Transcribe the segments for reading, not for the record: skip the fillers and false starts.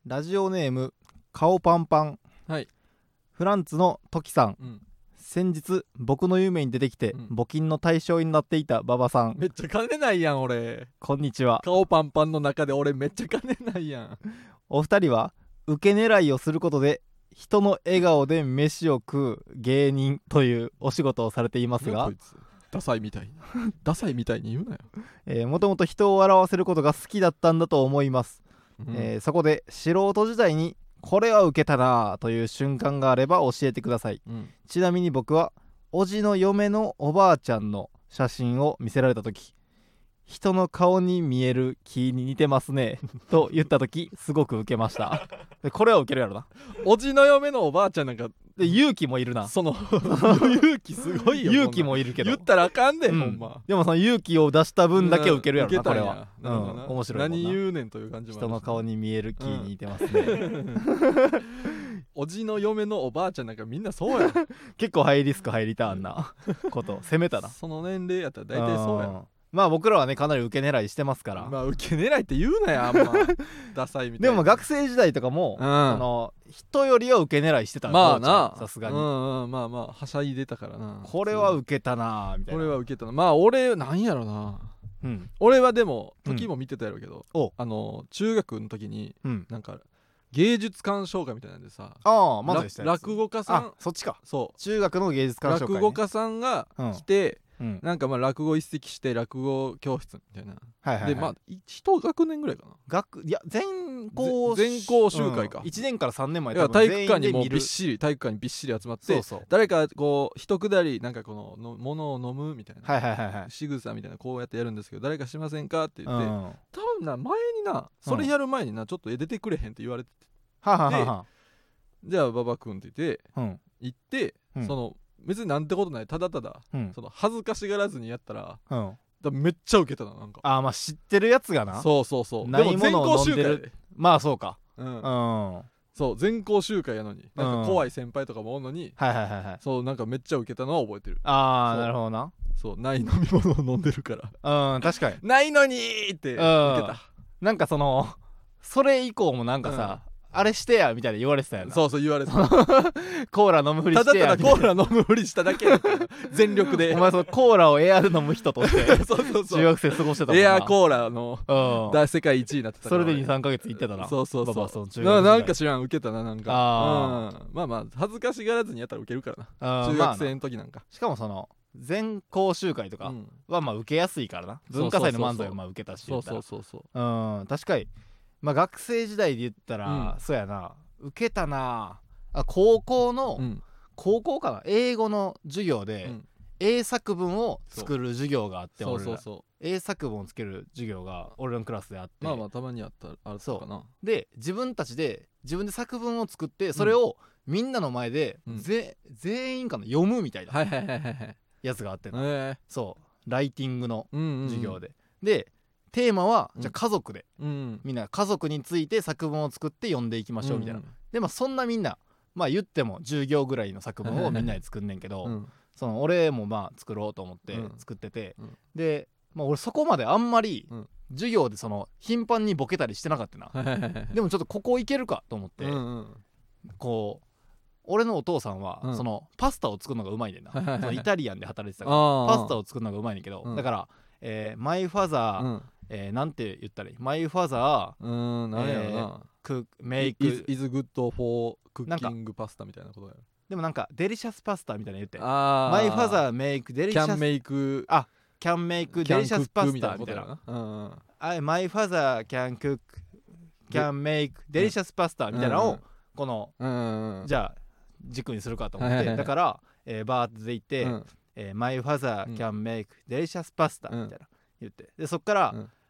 ラジオネーム顔パンパン。 はい。 フランツのトキさん、 うん、 先日僕の夢に出てきて、募金の対象になっていた馬場さん、 めっちゃ金ないやん俺。 こんにちは。 顔パンパンの中で俺めっちゃ金ないやん。 お二人は受け狙いをすることで人の笑顔で飯を食う芸人というお仕事をされていますが、 こいつダサいみたいにダサいみたいに言うなよ。 もともと人を笑わせることが好きだったんだと思います、そこで素人時代にこれは受けたなという瞬間があれば教えてください、ちなみに僕はおじの嫁のおばあちゃんの写真を見せられた時、人の顔に見える木に似てますねと言った時すごく受けましたでこれは受けるやろな。 おじの嫁のおばあちゃんなんかで勇気もいるな。 その勇気すごいよ。 勇気もいるけど言ったらあかんで、ほんま。 でもその勇気を出した分だけ受けるやろな、これは。面白いもんな。 何言うねんという感じもあるし。 人の顔に見える木に似てますね、 おじの嫁のおばあちゃんなんかみんなそうやん結構ハイリスクハイリターンなこと攻めたな。 その年齢やったら大体そうやん。 まあ僕らはねかなり受け狙いしてますから。 まあ受け狙いって言うなよあんまダサいみたいな。 でも学生時代とかも、人よりは受け狙いしてた。 まあな、 さすがに。 まあまあはしゃいでたからな。 これは受けたなみたいな。 これは受けたな。まあ俺なんやろな、俺はでも時も見てたやろうけど、中学の時になんか芸術鑑賞会みたいなんでさ、 まだしたやつ。 落語家さん、 そっちか。 そう中学の芸術鑑賞会、 落語家さんが来て、なんかまあ落語一席して落語教室みたいな、でまあ一学年ぐらいかな。 いや全校集会か、 1年から3年まで体育館にもうびっしり集まって、誰かこう一くだりなんかこのものを飲むみたいな仕草みたいなこうやってやるんですけど誰かしませんかって言って、多分な前になそれやる前になちょっと出てくれへんって言われてて、じゃあ馬場君って言って行って、その別になんてことない、ただただ、その恥ずかしがらずにやったら、めっちゃウケたな。なんかまあ知ってるやつがな。 そうでも全校集会で、まあそうか、 そう全校集会やのになんか怖い先輩とかもおんのに、そうなんかめっちゃウケたのは覚えてる。 なるほどな。 そうない飲み物を飲んでるから確かにないのにーってウケた。 なんかそれ以降もなんかさ、あれしてやみたいな言われてたよな。 そう言われてたコーラ飲むふりしてやただただコーラ飲むふりしただけ全力でお前そのコーラをエアで飲む人として中学生過ごしてたもんな。 エアコーラの世界1位になってたから、 それで 2,3 ヶ月行ってたな。 なんか知らんウケたな。なんかまあまあ恥ずかしがらずにやったらウケるからな、中学生の時なんか。 しかもその全校集会とかはまあ受けやすいからな。文化祭の漫才をまあ受けたし、確かに。まあ学生時代で言ったら、そうやな、受けたな。高校かな、英語の授業で、英作文を作る授業があって、英作文をつける授業が俺のクラスであって、 まあまあたまにあったかな。 で自分で作文を作って、それをみんなの前で、全員かな読むみたいなやつがあってな、そうライティングの授業で、でテーマはじゃあ家族で、みんな家族について作文を作って読んでいきましょうみたいな、でまあそんなみんなまあ言っても10行ぐらいの作文をみんなで作んねんけど、その俺もまあ作ろうと思って作ってて、でまあ俺そこまであんまり授業でその頻繁にボケたりしてなかったなでもちょっとここいけるかと思って、こう俺のお父さんはそのパスタを作るのがうまいねんな。イタリアンで働いてたからパスタを作るのがうまいねんけど、だからマイファザー、なんて言ったらいい、マイファザー何やろな、 メイク is good for cooking パスタみたいなことやろ。 でもなんかデリシャスパスタみたいな言って、マイファザーメイクデリシャスキャンメイクデリシャスパスタみたいな、マイファザーキャンクックキャンメイクデリシャスパスタみたいなのをこのじゃあ軸にするかと思って、だからバーって言ってMy father can make delicious pasta みたいな言って、でそっから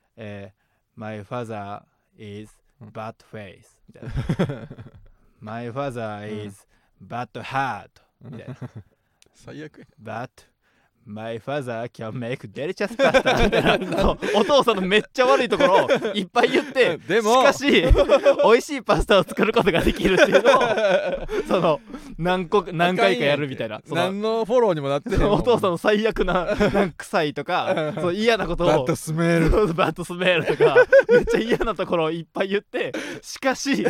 、My father is bad face みたいなMy father is bad heart みたいな最悪や。 My father can make delicious pasta みたいなお父さんのめっちゃ悪いところをいっぱい言ってでもしかし美味しいパスタを作ることができるっていうのをその何回かやるみたいな何のフォローにもなってへんお父さんの最悪な臭いとかその嫌なことをバッドスメールバッドスメールとかめっちゃ嫌なところをいっぱい言ってしかし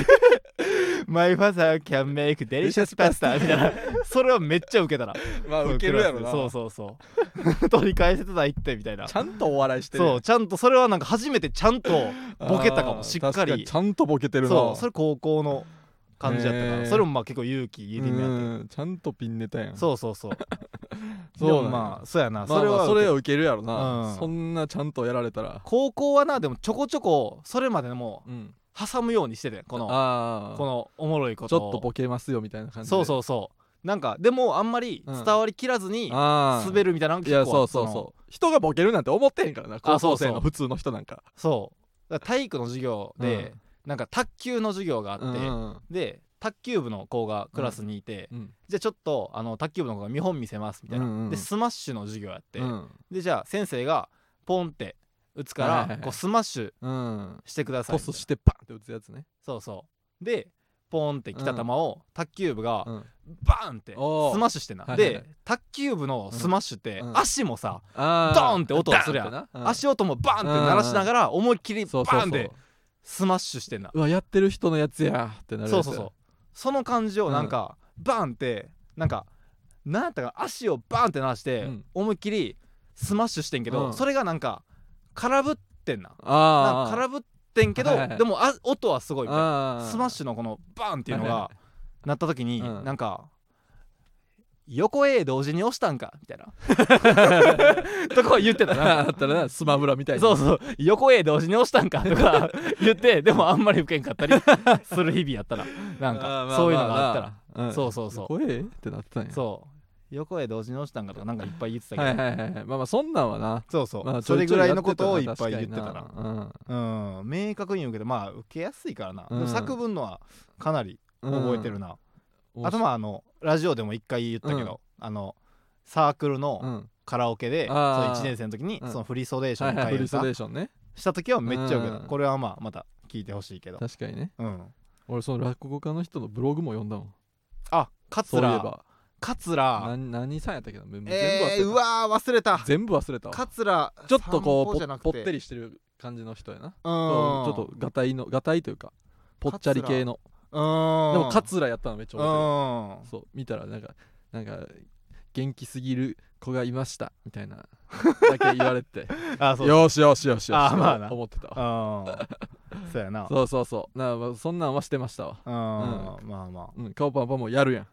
My father can make delicious pasta みたいなそれはめっちゃウケたらまあウケるやろなそう取り返せてないってみたいなちゃんとお笑いしてるそうちゃんとそれはなんか初めてちゃんとボケたかもしっかり確かにちゃんとボケてるなそうそれ高校の感じやったからそれもまあ結構勇気いりみやってちゃんとピンネタやんそうそうでもまあそうやなそれはそれを受けるやろな、 うん、 そんなちゃんとやられたら高校はなでもちょこちょこそれまでも挟むようにしててこのおもろいことちょっとボケますよみたいな感じでそうなんかでもあんまり伝わりきらずに滑るみたいなのが結構いやそう人がボケるなんて思ってへんからな高校生の普通の人なんかそうだから体育の授業で、なんか卓球の授業があって、で卓球部の子がクラスにいて、じゃあちょっと卓球部の子が見本見せますみたいな、でスマッシュの授業やって、でじゃあ先生がポンって打つから、こうスマッシュしてください、 トスしてパンって打つやつねそうでポンってきた球を卓球部がバーンってスマッシュしてんな、で卓球部のスマッシュって足もさドーンって音がするやん、足音もバーンって鳴らしながら思いっきりバーンってスマッシュしてんな、 うわやってる人のやつやってなるやつそうその感じをなんかバーンってなんかなんやったか足をバーンって鳴らして思いっきりスマッシュしてんけど、それがなんか空振ってんな空振ってんけど、でも音はすごいみたいな、スマッシュのこのバーンっていうのが鳴った時になんか横 A 同時に押したんかみたいなとこ言ってたなあったらなスマブラみたいなそう横 A 同時に押したんかとか言ってでもあんまり受けんかったりする日々やったらなんかそういうのがあったらそう横 A ってなってたんやそう横 A 同時に押したんかとかなんかいっぱい言ってたけどまあそんなんはなそうそれぐらいのことをいっぱい言ってたな明確に言うけどまあ受けやすいからなでも作文のはかなり覚えてるなあとまあラジオでも一回言ったけど、サークルのカラオケで、その1年生の時にそのフリーソデーションの会をした時はめっちゃウケた、これはまあまた聞いてほしいけど確かにね、俺その落語家の人のブログも読んだもん桂何さんやったっけどうわ忘れた全部忘れたわ桂ちょっとこうぽってりしてる感じの人やなちょっとガタイというかぽっちゃり系のでも桂やったのめっちゃ面白いそう見たらなんか元気すぎる子がいましたみたいなだけ言われてよし思ってたそうやなそうなそんなんはしてましたわまあ顔パンパンもやるやん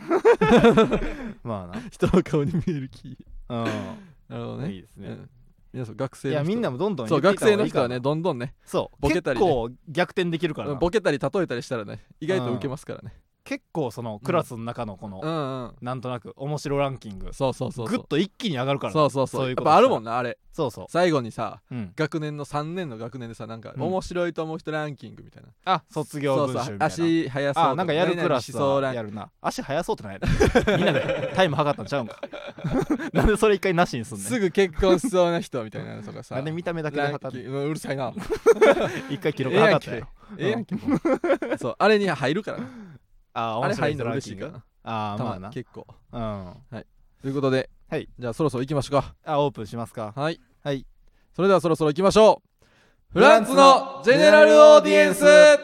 まあな人の顔に見える気なるほどねいいですね皆さん学生の人いやみんなもどんどんそう学生の人はねどんどんねボケたり結構逆転できるからボケたり例えたりしたらね意外とウケますからね結構そのクラスの中のこのなんとなく面白ランキンググッと一気に上がるからそうやっぱあるもんなあれ最後にさ学年の3年の学年でさなんか面白いと思う人ランキングみたいな卒業文集みたいな足速そうなんかやるクラスはやるな足速そうってないみんなでタイム測ったんちゃうんかなんでそれ一回なしにすんねんすぐ結婚しそうな人みたいなとかさなんで見た目だけで測ってうるさいな一回記録測ったよやんけそうあれに入るからあれ入るの嬉しいからまあな結構はいということでじゃあそろそろ行きましょうかオープンしますかはいそれではそろそろ行きましょうフランツのジェネラルオーディエンス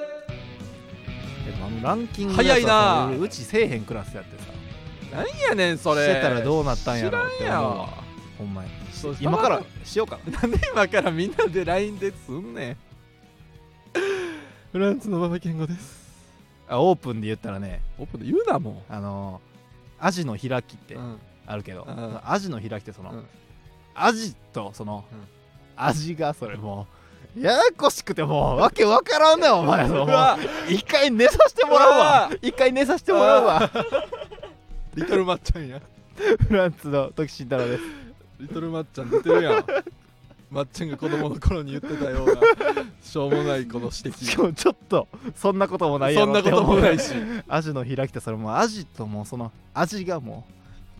ランキング早いなうちせえへんクラスやってさなんやねんそれしてたらどうなったんやろって思うわほんまに今からしようかなんで今からみんなで LINE ですんねんフランツの馬場健吾ですオープンで言ったらねオープンで言うなもうアジの開きってあるけどアジの開きってそのアジとその味がそれもうややこしくてもうわけわからんねんお前一回寝させてもらうわリトルマッチャンやフランツの時慎太郎ですリトルマッチャン出てるやんまっちゃんが子供の頃に言ってたようなしょうもないこの指摘しかもちょっとそんなこともないやろそんなこともないしアジの開きってそれもうアジともうその味がもう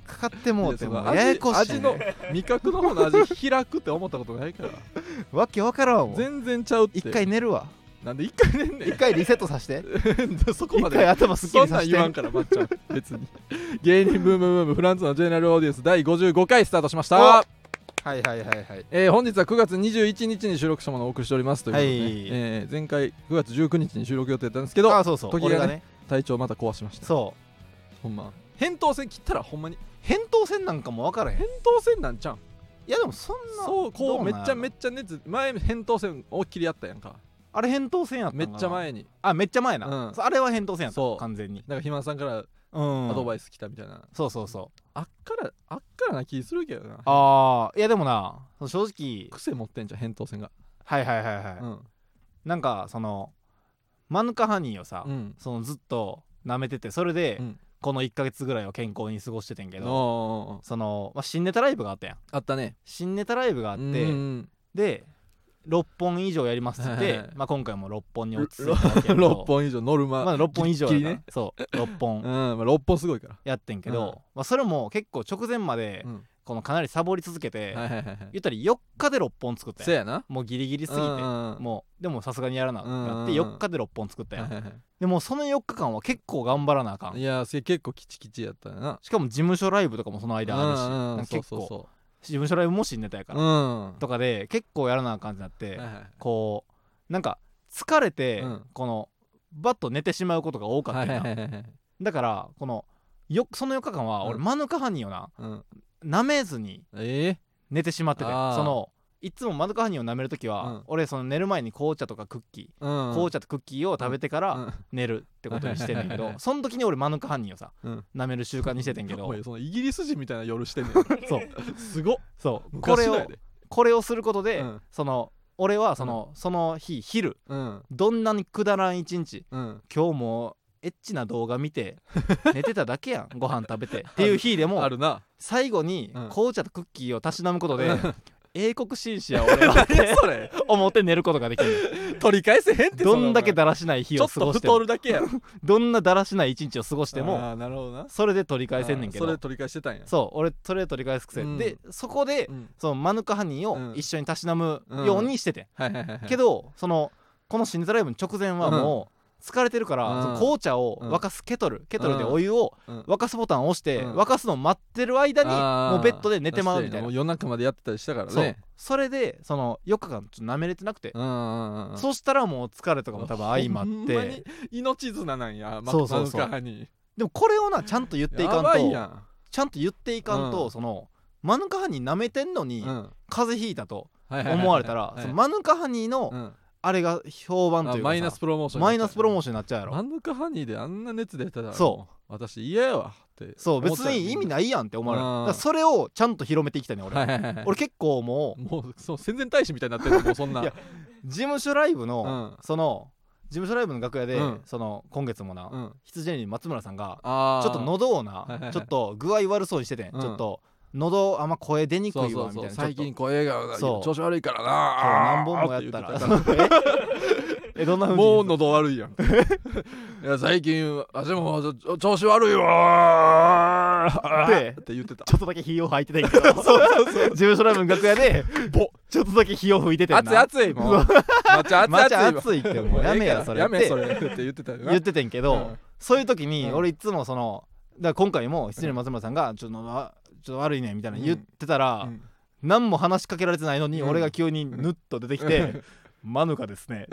かかってもうてもうややこしい、 味の味覚の方の味開くって思ったことないからわけわからんわ。 全然ちゃうって。 一回寝るわ。 なんで一回寝んねん。 一回リセットさせてそこまで一回頭すっきりさせて。 そんなん言わんからまっちゃん別に芸人ブームブームフランツのジェネラルオーディエンス第55回スタートしました。 はいはいはいはい。 本日は9月21日に収録したものをお送りしておりますということで、ね、 はい前回9月19日に収録予定だったんですけど、 そうそう、 時がね体調また壊しました。 そうほんま扁桃腺切ったらほんまに扁桃腺なんかも分からへん。 扁桃腺なんちゃうん。 いやでもそんなそうこうめっちゃ熱前扁桃腺思いっきりやったやんか。 あれ扁桃腺やったんかな。 めっちゃ前に。 めっちゃ前な、あれは扁桃腺やった。 そう完全になんか肥満さんからアドバイス来たみたいな。 そうそうそう。 あっからな気するけどな。 いやでもな正直癖持ってんじゃん扁桃腺が。 はいはいはいはい、なんかそのマヌカハニーをさ、そのずっと舐めてて、それで、この1ヶ月ぐらいは健康に過ごしててんけど、その、新ネタライブがあったやん。 あったね。 新ネタライブがあって、で6本以上やりますって言って、今回も6本に落ち着いたわけやけど 6本以上ノルマ、 6本以上やね。 そう6本 6本すごいからやってんけど、それも結構直前までこのかなりサボり続けて、言ったら4日で6本作ったやん。 そうやな。 もうギリギリすぎて、もうでもさすがにやらなって4日で6本作ったやん。でもその4日間は結構頑張らなあかん。 いや結構キチキチやったよな。 しかも事務所ライブとかもその間あるし、結構事務所ライブも新ネタやから、とかで結構やらなあかんってなって、こうなんか疲れて、このバッと寝てしまうことが多かったよな。だからこのその4日間は俺マヌカハニーをな、舐めずに寝てしまってて、そのいつもマヌカハニーを舐めるときは、俺その寝る前に紅茶とかクッキー、紅茶とクッキーを食べてから寝るってことにしてんねんけど、その時に俺マヌカハニーをさ、舐める習慣にしててんけど、 そのイギリス人みたいな夜してんねんそうすごっ。 そうこれをすることで、その俺はその日昼、どんなにくだらん一日、今日もエッチな動画見て寝てただけやんご飯食べてっていう日でもあるな。 最後に紅茶とクッキーをたしなむことで、英国紳士や俺はってそれ思って寝ることができる。 取り返せへんって。 どんだけだらしない日を過ごしても、 ちょっと太るだけやろどんなだらしない一日を過ごしても、 なるほどな。 それで取り返せんねんけど、 それ取り返してたんや。 そう俺それで取り返す癖、でそこで、そのマヌカハニーを一緒にたしなむようにしてて、けどこの新ネタライブの直前はもう疲れてるから、その紅茶を沸かすケトルでお湯を沸かすボタンを押して、沸かすのを待ってる間にもうベッドで寝てまうみたいな。 夜中までやってたりしたからね。 それでその4日間ちょっと舐めれてなくて、そしたらもう疲れとかも多分相まって、ほんまに命綱なんや。 そうでもこれをなちゃんと言っていかんと、そのマヌカハニー舐めてんのに風邪ひいたと思われたら、そのマヌカハニーのあれが評判というか、 マイナスプロモーションになっちゃうやろ。 マヌカハニーであんな熱出たら、 そう私嫌やわって。 そう別に意味ないやんって思われる。だからそれをちゃんと広めていきたいね俺。俺結構もうそう宣伝大使みたいになってるもうそんな。いや事務所ライブのその事務所ライブの楽屋で、その今月もな、羊に松村さんがちょっと喉をな、ちょっと具合悪そうにしててん、ちょっと喉あんま声出にくいわみたいな。 最近声が調子悪いからな。 何本もやったらどんな風にもう喉悪いやん。いや最近私も調子悪いわって言ってた。 ちょっとだけ火を吐いてたんけど、事務所ライブの楽屋でちょっとだけ火を吹いててんな。 熱いもう抹茶熱いってもうやめやそれやめそれって言っててんけど、そういう時に俺いつもそのだから今回も羊の松村さんがちょっと悪いねみたいな言ってたら、何も話しかけられてないのに、俺が急にヌッと出てきてマヌカですね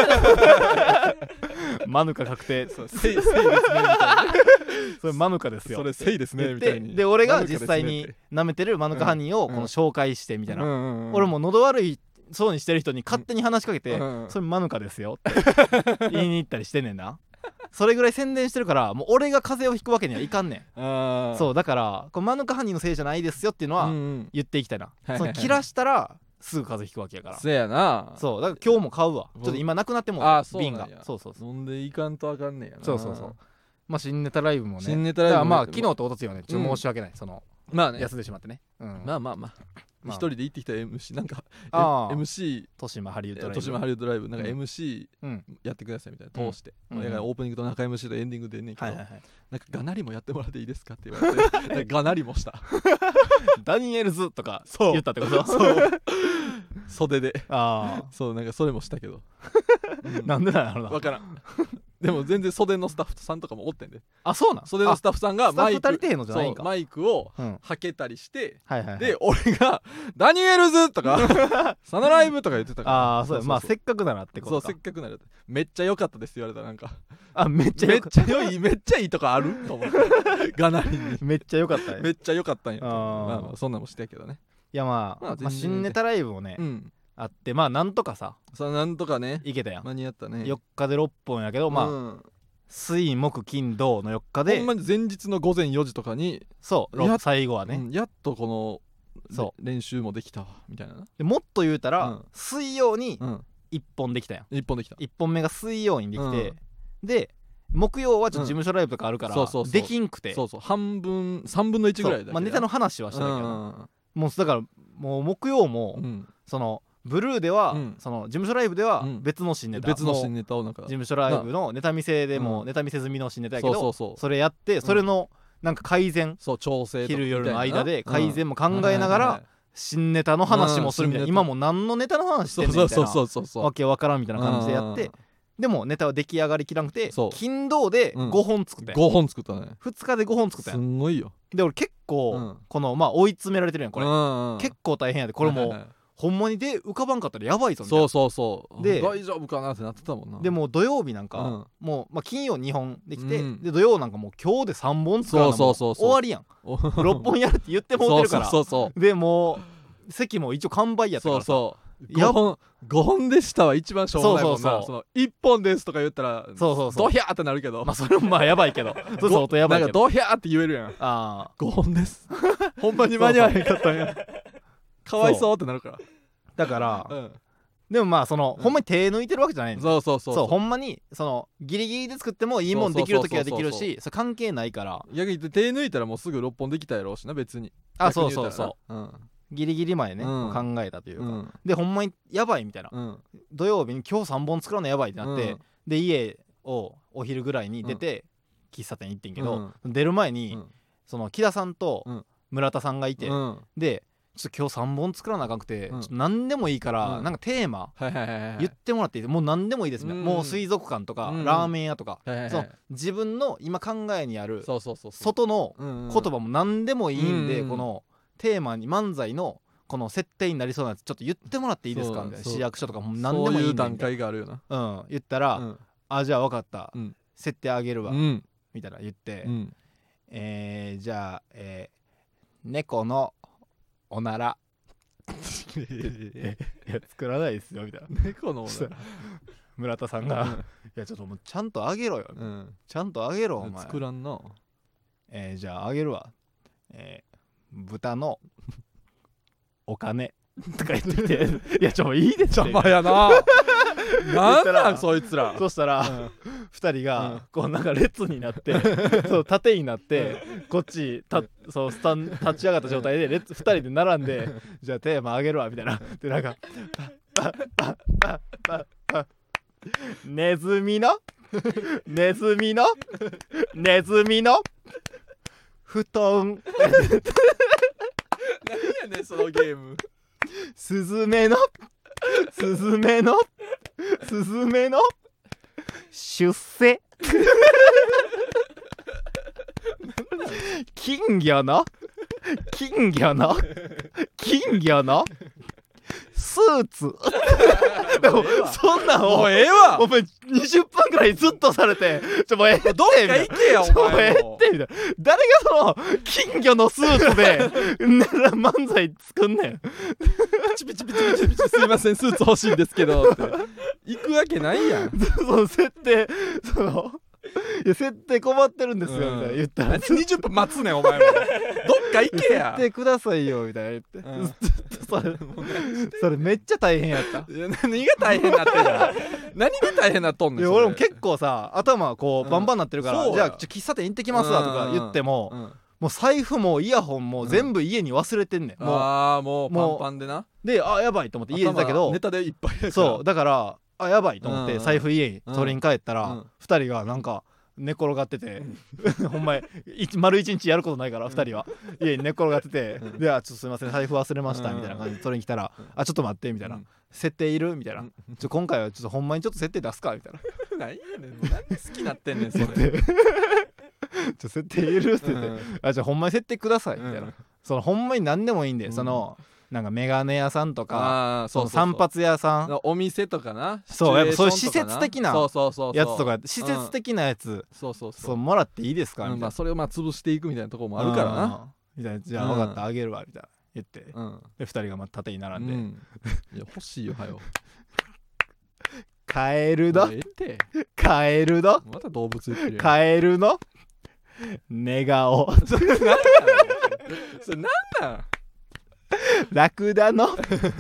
マヌカ確定せいですねみたいな。 それマヌカですよそれせいですねみたいに。 で俺が実際に舐めてるマヌカハニーをこの紹介してみたいな。俺も喉悪いそうにしてる人に勝手に話しかけて、それマヌカですよって言いに行ったりしてんねんな。それぐらい宣伝してるから、もう俺が風邪をひくわけにはいかんねん。そうだからこれマヌカハニーのせいじゃないですよっていうのは言っていきたいな。その切らしたらすぐ風邪ひくわけやから。 そうやな。 そうだから今日も買うわ。ちょっと今なくなっても瓶が。そう飲んでいかんとあかんねやな。 そうまあ新ネタライブもね。だからまあ昨日とおとついはねちょっと申し訳ない。そのまあね休んでしまってね、 まあ一人で行ってきた MC なんか MC 豊島ハリウッドライブなんか MC やってくださいみたいな通してオープニングと中 MC とエンディングでねんけどなんかがなりもやってもらっていいですかって言われてがなりもしたダニエルズとか言ったってこと袖でそうなんかそれもしたけどなんでなんやろな分からんでも全然袖のスタッフさんとかもおってんでそうなん袖のスタッフさんがマイクをはけたりしてで俺がダニエルズとかサナライブとか言ってたからそうまあせっかくならってことかそうせっかくならめっちゃ良かったですって言われたなんかめっちゃいいとこあると思ってがなりにめっちゃ良かっためっちゃ良かったんやまあそんなんもしてやけどねいやまあ新ネタライブもねあってまあなんとかさなんとかねいけたやん間に合ったね 4日で6本やけどまあ水木金土の4日でほんまに前日の午前4時とかにそう最後はねやっとこの練習もできたわみたいなでもっと言うたら水曜に1本できたやん 1本できた 1本目が水曜にできてで木曜はちょっと事務所ライブとかあるからできんくて 3分の1ぐらいだけネタの話はしたけどもうだからもう木曜もそのブルーではその事務所ライブでは別の新ネタをなんか事務所ライブのネタ見せでもネタ見せ済みの新ネタやけどそれやってそれのなんか改善調整昼夜の間で改善も考えながら新ネタの話もするみたいな今も何のネタの話してんねんみたいなわけわからんみたいな感じでやってでもネタは出来上がりきらなくて金土で5本作って 5本作ったね 2日で5本作ったやんすごいよで俺結構このまあ追い詰められてるやんこれ結構大変やでこれもほんまにで浮かばんかったらやばいぞみたいなそうで大丈夫かなってなってたもんなでも土曜日なんかもう金曜2本できてで土曜なんかもう今日で3本作らなも終わりやん6本やるって言ってもうてるからでもう席も一応完売やったから 5本でしたは一番しょうもないもんな1本ですとか言ったらドヒャーってなるけどまあそれもまあやばいけどそう相当やばいけどなんかドヒャーって言えるやん5本ですほんまに間に合わへんかったんやかわいそうってなるからだからでもまあそのほんまに手抜いてるわけじゃないのそうほんまにそのギリギリで作ってもいいもんできる時はできるしそれ関係ないから逆に言って手抜いたらもうすぐ6本できたやろうしな別にそうギリギリ前ね考えたというかでほんまにやばいみたいな土曜日に今日3本作るのやばいってなってで家をお昼ぐらいに出て喫茶店行ってんけど出る前にその木田さんと村田さんがいてでちょっと今日3本作らなあかんくてちょっと何でもいいからなんかテーマ言ってもらっていいもう何でもいいですみたいなもう水族館とかラーメン屋とか自分の今考えにある外の言葉も何でもいいんでこのテーマに漫才のこの設定になりそうなやつちょっと言ってもらっていいですかみたいな市役所とかも何でもいいんでそういう段階があるよな言ったらじゃあ分かった設定あげるわみたいな言ってじゃあ猫のおならいや作らないですよみたいな猫のおなら村田さんがいやちょっともうちゃんとあげろよちゃんとあげろお前作らんなじゃああげるわ豚のお金とか言ってきていやいいですよ邪魔やななんなんそいつらそしたら2人がこうなんか列になってそう縦になってこっちそう立ち上がった状態で2人で並んでじゃあテーマあげるわみたいなでなんかネズミの布団何やねんそのゲームスズメの出世金魚のスーツでもそんなんをもうええわお前20分くらいずっとされてもうええってどっか行けよお前もうええってみたいな誰がその金魚のスーツで漫才作んねんピチピチすいませんスーツ欲しいんですけどって行くわけないやんその設定いや設定困ってるんですよみたいな言ったら 20分待つねんお前もどっか行けや設定くださいよみたいな言ってそれめっちゃ大変やった何が大変なってんや何が大変なっとんねん俺も結構さ頭こうバンバンなってるからじゃあ喫茶店行ってきますわとか言ってももう財布もイヤホンも全部家に忘れてんねん、 もうパンパンでな。 でやばいと思って家にいたけどネタでいっぱいやから。 そうだからやばいと思って財布家に取りに帰ったら2人がなんか寝転がっててほんま丸1日やることないから2人は家に寝転がっててでちょっとすいません財布忘れましたみたいな感じで取りに来たらちょっと待ってみたいな設定いるみたいな今回はちょっとほんまにちょっと設定出すかみたいな何やねんもう何で好きになってんねんそれ設定いるって言ってじゃあほんまに設定くださいみたいなそのほんまに何でもいいんでそのなんかメガネ屋さんとか散髪屋さんお店とかなそうやっぱそういう施設的なやつとか施設的なやつそうもらっていいですかみたいなそれを潰していくみたいなところもあるからなみたいなじゃあ分かったあげるわみたいな言ってで2人が縦に並んでいや欲しいよはよカエルのカエルのまた動物言ってるやんカエルの寝顔それなんなんラクダの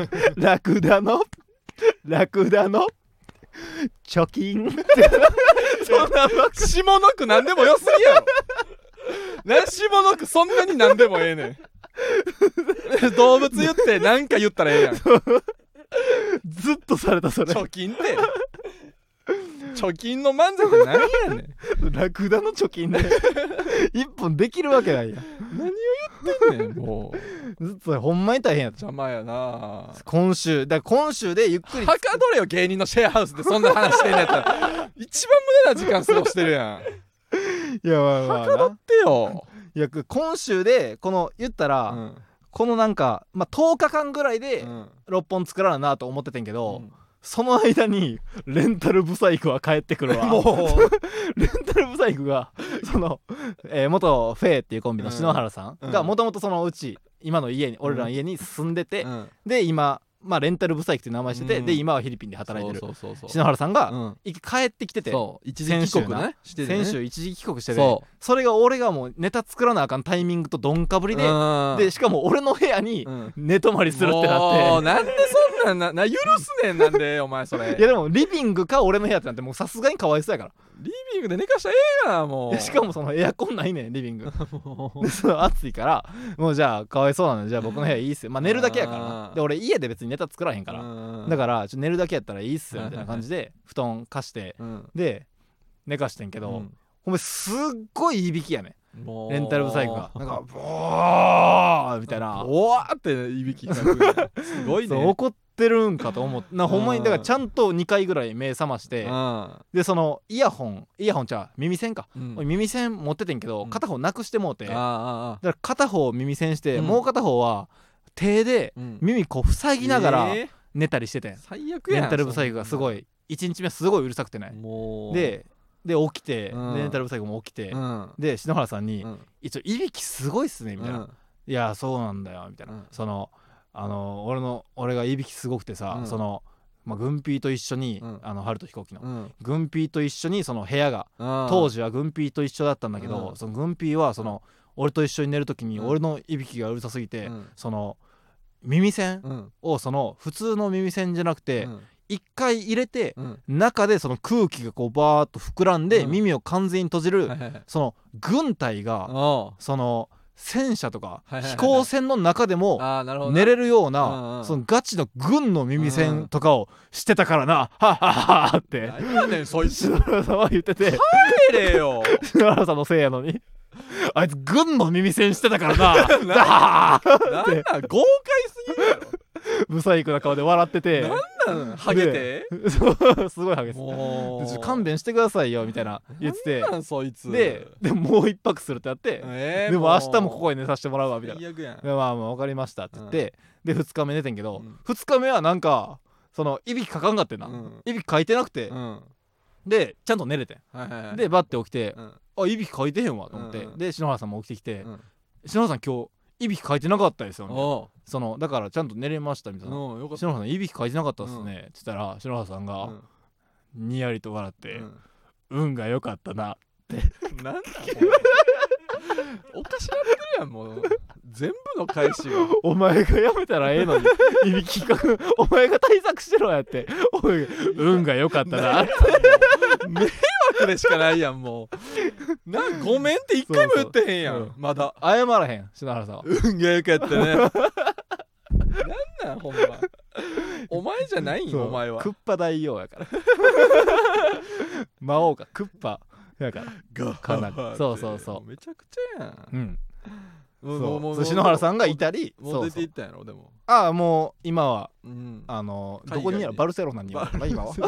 貯金そんな下の句なんでもよすぎやろな下の句そんなになんでもええねん動物言って何か言ったらええやんずっとされたそれ貯金って貯金の漫才って何やねんラクダの貯金で一本できるわけないやん何を言ってんねんもうずっとほんまに大変やった邪魔やな今週でゆっくりはかどれよ芸人のシェアハウスでそんな話してんのやったら一番無駄な時間過ごしてるやんいやまあはかどってよいや今週でこの言ったら、このなんか、10日間ぐらいで6本作らななと思っててんけど、その間にレンタルブサイクは帰ってくるわもうレンタルブサイクがその、元フェイっていうコンビの篠原さんがもともとそのうち今の家に俺らの家に住んでて、で今レンタルブサイクっていう名前してて、で今はフィリピンで働いてる篠原さんが帰ってきてて、 一時帰国ね先週一時帰国してて、それが俺がもうネタ作らなあかんタイミングとどんかぶりで、でしかも俺の部屋に寝泊まりするってなって、 なんでそんなん許すねんなんでお前それいやでもリビングか俺の部屋ってなってもうさすがにかわいそうやからリビングで寝かしたらええがなもうしかもそのエアコンないねんリビング暑いからもうじゃあかわいそうなのでじゃあ僕の部屋いいっすよ寝るだけやからなで俺家で別にネタ作らへんからだから寝るだけやったらいいっすよみたいな感じで布団貸してで寝かしてんけどほんますっごいいびきやねレンタルブサイクがなんかボーみたいなボワーっていびきがすごいね怒ってるんかと思ってほんまにだからちゃんと2回ぐらい目覚ましてでそのイヤホンちゃう耳栓か耳栓持っててんけど片方なくしてもうてだから片方耳栓してもう片方は手で耳こう塞ぎながら寝たりしてて最悪やんレンタルブサイクがすごい1日目すごいうるさくてねで起きてレンタルブサイクも起きてで篠原さんに一応いびきすごいっすねみたいないやそうなんだよみたいなその俺がいびきすごくてさその軍ピーと一緒に春と飛行機の軍ピーと一緒にその部屋が当時は軍ピーと一緒だったんだけどその軍ピーはその俺と一緒に寝る時に俺のいびきがうるさすぎてその耳栓をその普通の耳栓じゃなくて一回入れて中でその空気がこうバーッと膨らんで耳を完全に閉じるその軍隊がその戦車とか飛行船の中でも寝れるようなそのガチの軍の耳栓とかをしてたからなはっはっはって何やねんそいつ篠原さんは言ってて帰れよ篠原さんのせいやのにあいつ軍の耳栓してたからななんなん豪快すぎるやろブサイクな顔で笑っててなんなんハゲてすごいハゲて勘弁してくださいよみたいな言っててなんなんそいつでもう一泊するってなって、でも明日もここに寝させてもらうわみたいな最悪やんでまあ分かりましたって言って、で2日目寝てんけど、2日目はなんかそのいびきかかんかってんな、いびきかいてなくて、でちゃんと寝れてん、でバッて起きて、あいびきかいてへんわと思って、で篠原さんも起きてきて、篠原さん今日いびきかいてなかったですよみたいなそのだからちゃんと寝れましたみたいな篠原さんいびきかいてなかったっすねって言ったら篠原さんがにやりと笑って運が良かったなってなんだおかしなってるやんもう全部の返しがお前がやめたらええのにいびきかくお前が対策してろやっておい運が良かったなって迷惑でしかないやんもうごめんって一回も言ってへんやん。 そうそう、 まだ謝らへん篠原さんは。 運が良かったね。なんほんまお前じゃないんよ、お前はクッパ大王やから。魔王がクッパやからかなり。そうそうそう、 めちゃくちゃやん。 うん、 もそう篠原さんがいたり、 もう出ていったんやろ。でもああ、もう今はどこにやろ、バルセロナにいるから今は。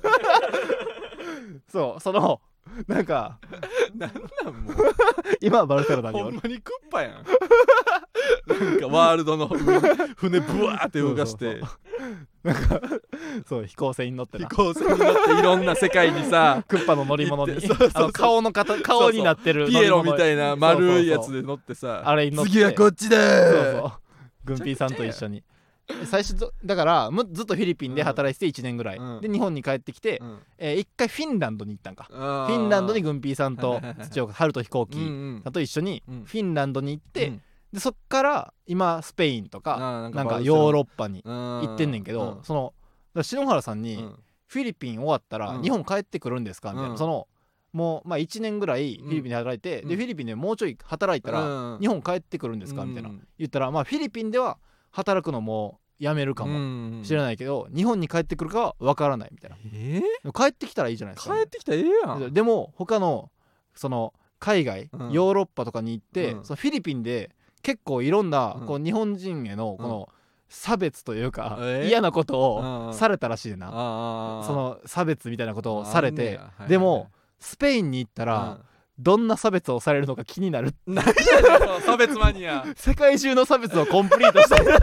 そう、そのなんかなんもう今はバルセロナにおる。 ほんまにクッパやん。なんかワールドの船ブワーって動かしてなんかそう飛行船に乗ってな、 飛行船に乗っていろんな世界にさクッパの乗り物にそう顔になってるピエロみたいな丸いやつで乗ってさ、 あれに乗って、 次はこっちだー。 そうそう、グンピーさんと一緒に最初だからずっとフィリピンで働いてて1年ぐらい、で日本に帰ってきて、一回フィンランドに行ったんか。フィンランドにグンピーさんと土岡春と飛行機と一緒にフィンランドに行って、でそっから今スペインとかなんかヨーロッパに行ってんねんけど、その篠原さんにフィリピン終わったら日本帰ってくるんですかみたいな、そのもうまあ1年ぐらいフィリピンで働いて、でフィリピンでもうちょい働いたら日本帰ってくるんですかみたいな言ったら、まあフィリピンでは働くのもやめるかもしれないけど、日本に帰ってくるかは分からないみたいな。帰ってきたらいいじゃないですか。 帰ってきたらええやん。 でも他のその海外、ヨーロッパとかに行って、そのフィリピンで結構いろんなこう日本人へのこの差別というか嫌なことをされたらしいな。その差別みたいなことをされて、でもスペインに行ったらどんな差別をされるのか気になる。 何やねん差別マニア。 世界中の差別をコンプリートしたい。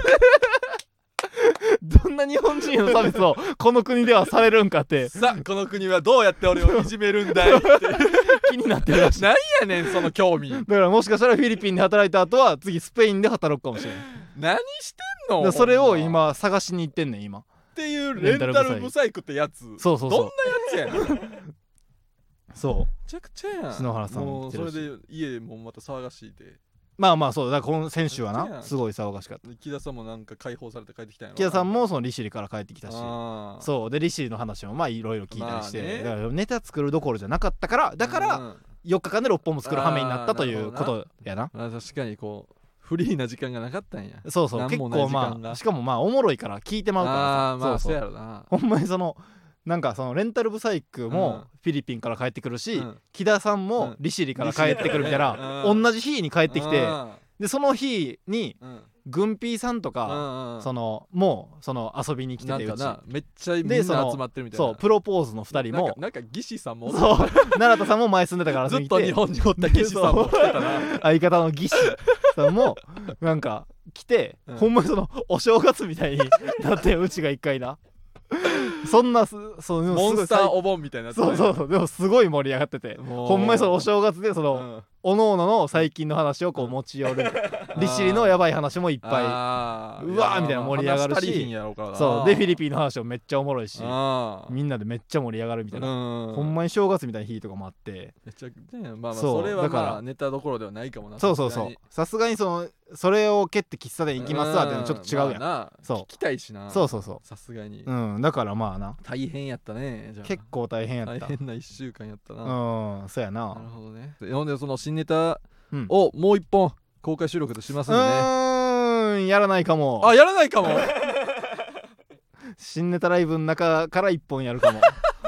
どんな日本人の差別をこの国ではされるんかって、 さあこの国はどうやって俺をいじめるんだいって気になってるらしい。 何やねんその興味。だからもしかしたらフィリピンで働いた後は次スペインで働くかもしれない。 何してんの。 それを今探しに行ってんねん今っていうレンタルブサイクってやつ。 そうそうそう、 どんなやつやねん。 そうめちゃくちゃやん。 篠原さんもうそれで家もまた騒がしいで。 まあまあそうだからこの先週はなすごい騒がしかった。 木田さんもなんか解放されて帰ってきたんやろ。 木田さんもその利尻から帰ってきたし、そうで利尻の話もまあいろいろ聞いたりして、だからネタ作るどころじゃなかったから、だから4日間で6本も作る羽目になったということやな。 確かにこうフリーな時間がなかったんや。 そうそう、結構まあしかもまあおもろいから聞いてまうからさ。 まあそうやろな。 ほんまにそのなんかそのレンタルブサイクもフィリピンから帰ってくるし、木田さんも利尻から帰ってくるみたいな、同じ日に帰ってきて、でその日にグンピーさんとかそのもうその遊びに来てて、うちめっちゃみんな集まってるみたいな。 そうプロポーズの2人もなんか義士さんもそう奈良田さんも前住んでたからずっと日本におった義士さんも来てたな。 相方の義士さんもなんか来て、ほんまにそのお正月みたいになって、うちが一回なそんなそのモンスターお盆みたいな。 そうそうそう、でもすごい盛り上がってて、ほんまにそのお正月でそのおのおのの最近の話をこう持ち寄る、利尻のやばい話もいっぱいうわーみたいな盛り上がるし、そうでフィリピンの話もめっちゃおもろいし、みんなでめっちゃ盛り上がるみたいな、ほんまに正月みたいな日とかもあって、 めちゃくちゃまあまあそれはまあネタどころではないかもな。 そうそうそう、さすがにそれを蹴って喫茶店行きますわってのちょっと違うやん。そう聞きたいしな。そうそうそう、さすがにだからまあな大変やったね。 結構大変やった。 大変な1週間やったな。 そうやな。 なるほどね。ほんでその新ネタをもう一本公開収録でしますんでね。やらないかも。 やらないかも。 新ネタライブの中から一本やるかも。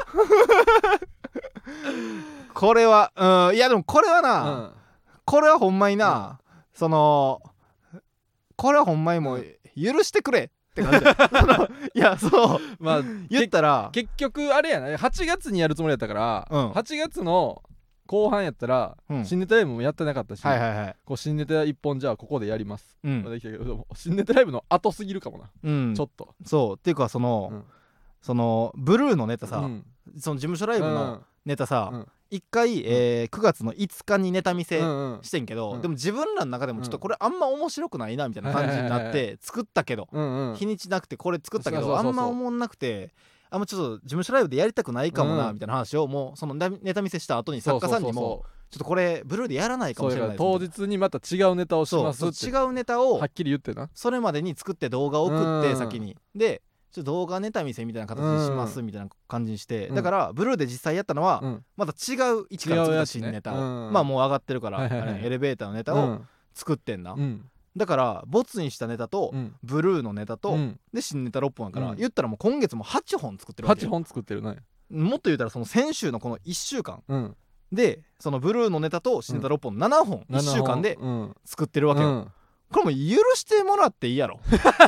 これはいやでもこれはな、これはほんまにな、そのこれはほんまにもう許してくれって感じ。いやそうまあ言ったら結局あれやな、8月にやるつもりやったから、8月の後半やったら新ネタライブもやってなかったし、こう新ネタ1本じゃあここでやります、できたけど新ネタライブの後すぎるかもな、ちょっと。 そうっていうかそのブルーのネタさ、その事務所ライブのネタさ、一回9月の5日にネタ見せしてんけど、でも自分らの中でもちょっとこれあんま面白くないなみたいな感じになって作ったけど、日にちなくてこれ作ったけどあんま思んなくて、あんまちょっと事務所ライブでやりたくないかもなみたいな話をもうそのネタ見せした後に作家さんにもちょっとこれブルーでやらないかもしれないです、 当日にまた違うネタをしますって違うネタをはっきり言ってな、 それまでに作って動画を送って先にでちょっと動画ネタ見せみたいな形にしますみたいな感じにして、だからブルーで実際やったのはまた違う位置から作った新ネタを、まあもう上がってるからエレベーターのネタを作ってんな。だからボツにしたネタとブルーのネタとで新ネタ6本やから、言ったらもう今月も8本作ってるわけよ。 8本作ってるね。 もっと言うたらその先週のこの1週間でそのブルーのネタと新ネタ6本7本1週間で作ってるわけよ。これも許してもらっていいやろ。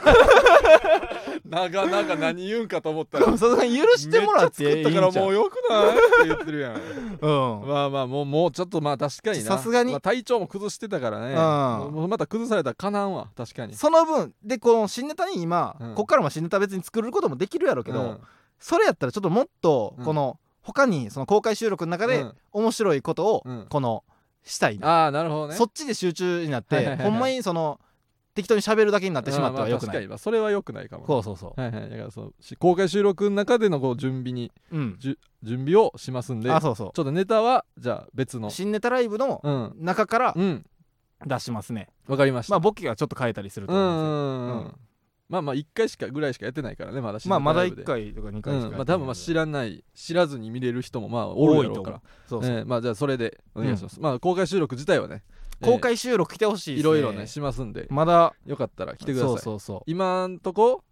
なんか何言うんかと思ったらさすがに許してもらっていいんちゃう。 めっちゃ作ったからもうよくないって言ってるやん。まあまあもうちょっとまあ確かにな、 さすがに、 まあ、体調も崩してたからね、もうまた崩されたらかなんわ。確かにその分でこの新ネタに今、こっからも新ネタ別に作ることもできるやろうけど、それやったらちょっともっとこの他にその公開収録の中で面白いことをこのしたいな。なるほどね。 そっちで集中になってほんまにその適当に喋るだけになってしまってはよくない。 確かにそれはよくないかも。 そうだからその公開収録の中でのこう準備に、準備をしますんで、ちょっとネタはじゃあ別の新ネタライブの中から出しますね。 わかりました。 まあボケがちょっと変えたりすると思うんですよ。 まあ1回ぐらいしかやってないからね、まだ新ネタまだ1回とか2回しかやってない。 多分知らずに見れる人もまあおるやろうから、まあじゃあそれでお願いします。まあ公開収録自体はね、 公開収録来てほしいですね。 いろいろねしますんで、まだよかったら来てください。今んとこ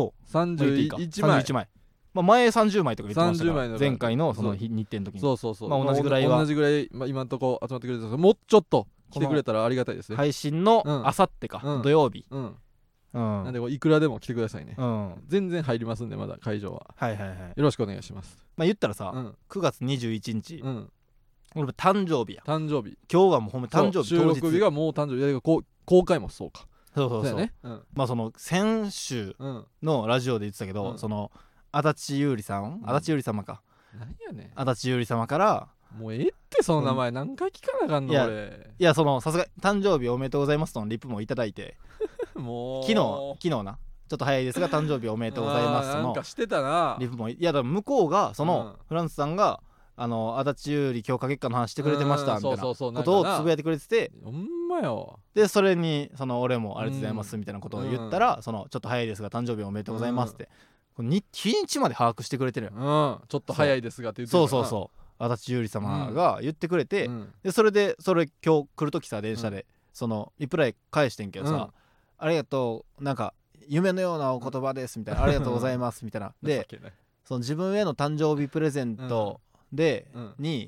31枚、 まあ前30枚とか言ってましたから前回のその日程の時に。まあ同じぐらい今んとこ集まってくれてるんですけど、もうちょっと来てくれたらありがたいですね。 配信のあさってか土曜日なんでいくらでも来てくださいね。全然入りますんで、まだ会場はよろしくお願いします。 まあ言ったらさ9月21日俺誕生日や。 誕生日。 今日はもうほんま誕生日収録日がもう誕生日。公開もそうか。 そうね。まあその先週のラジオで言ってたけど、その足立優里さん、足立優里様か。 何やねん。 足立優里様からもうええってその名前何回聞かなあかんの俺。 いやそのさすが誕生日おめでとうございますとのリプもいただいて、 もう昨日な。ちょっと早いですが誕生日おめでとうございますとのなんかしてたなリプも、いやだから向こうがそのフランスさんが足立優里強化月間の話してくれてましたみたいなことをつぶやいてくれてて、 ほんまよ。でそれにその俺もありがとうございますみたいなことを言ったら、そのちょっと早いですが誕生日おめでとうございますって日にちまで把握してくれてるよ。 ちょっと早いですがって言ってる。 そう足立優里様が言ってくれて、でそれ今日来る時さ電車でそのリプライ返してんけどさ、ありがとうなんか夢のようなお言葉ですみたいな、ありがとうございますみたいなでその自分への誕生日プレゼントでに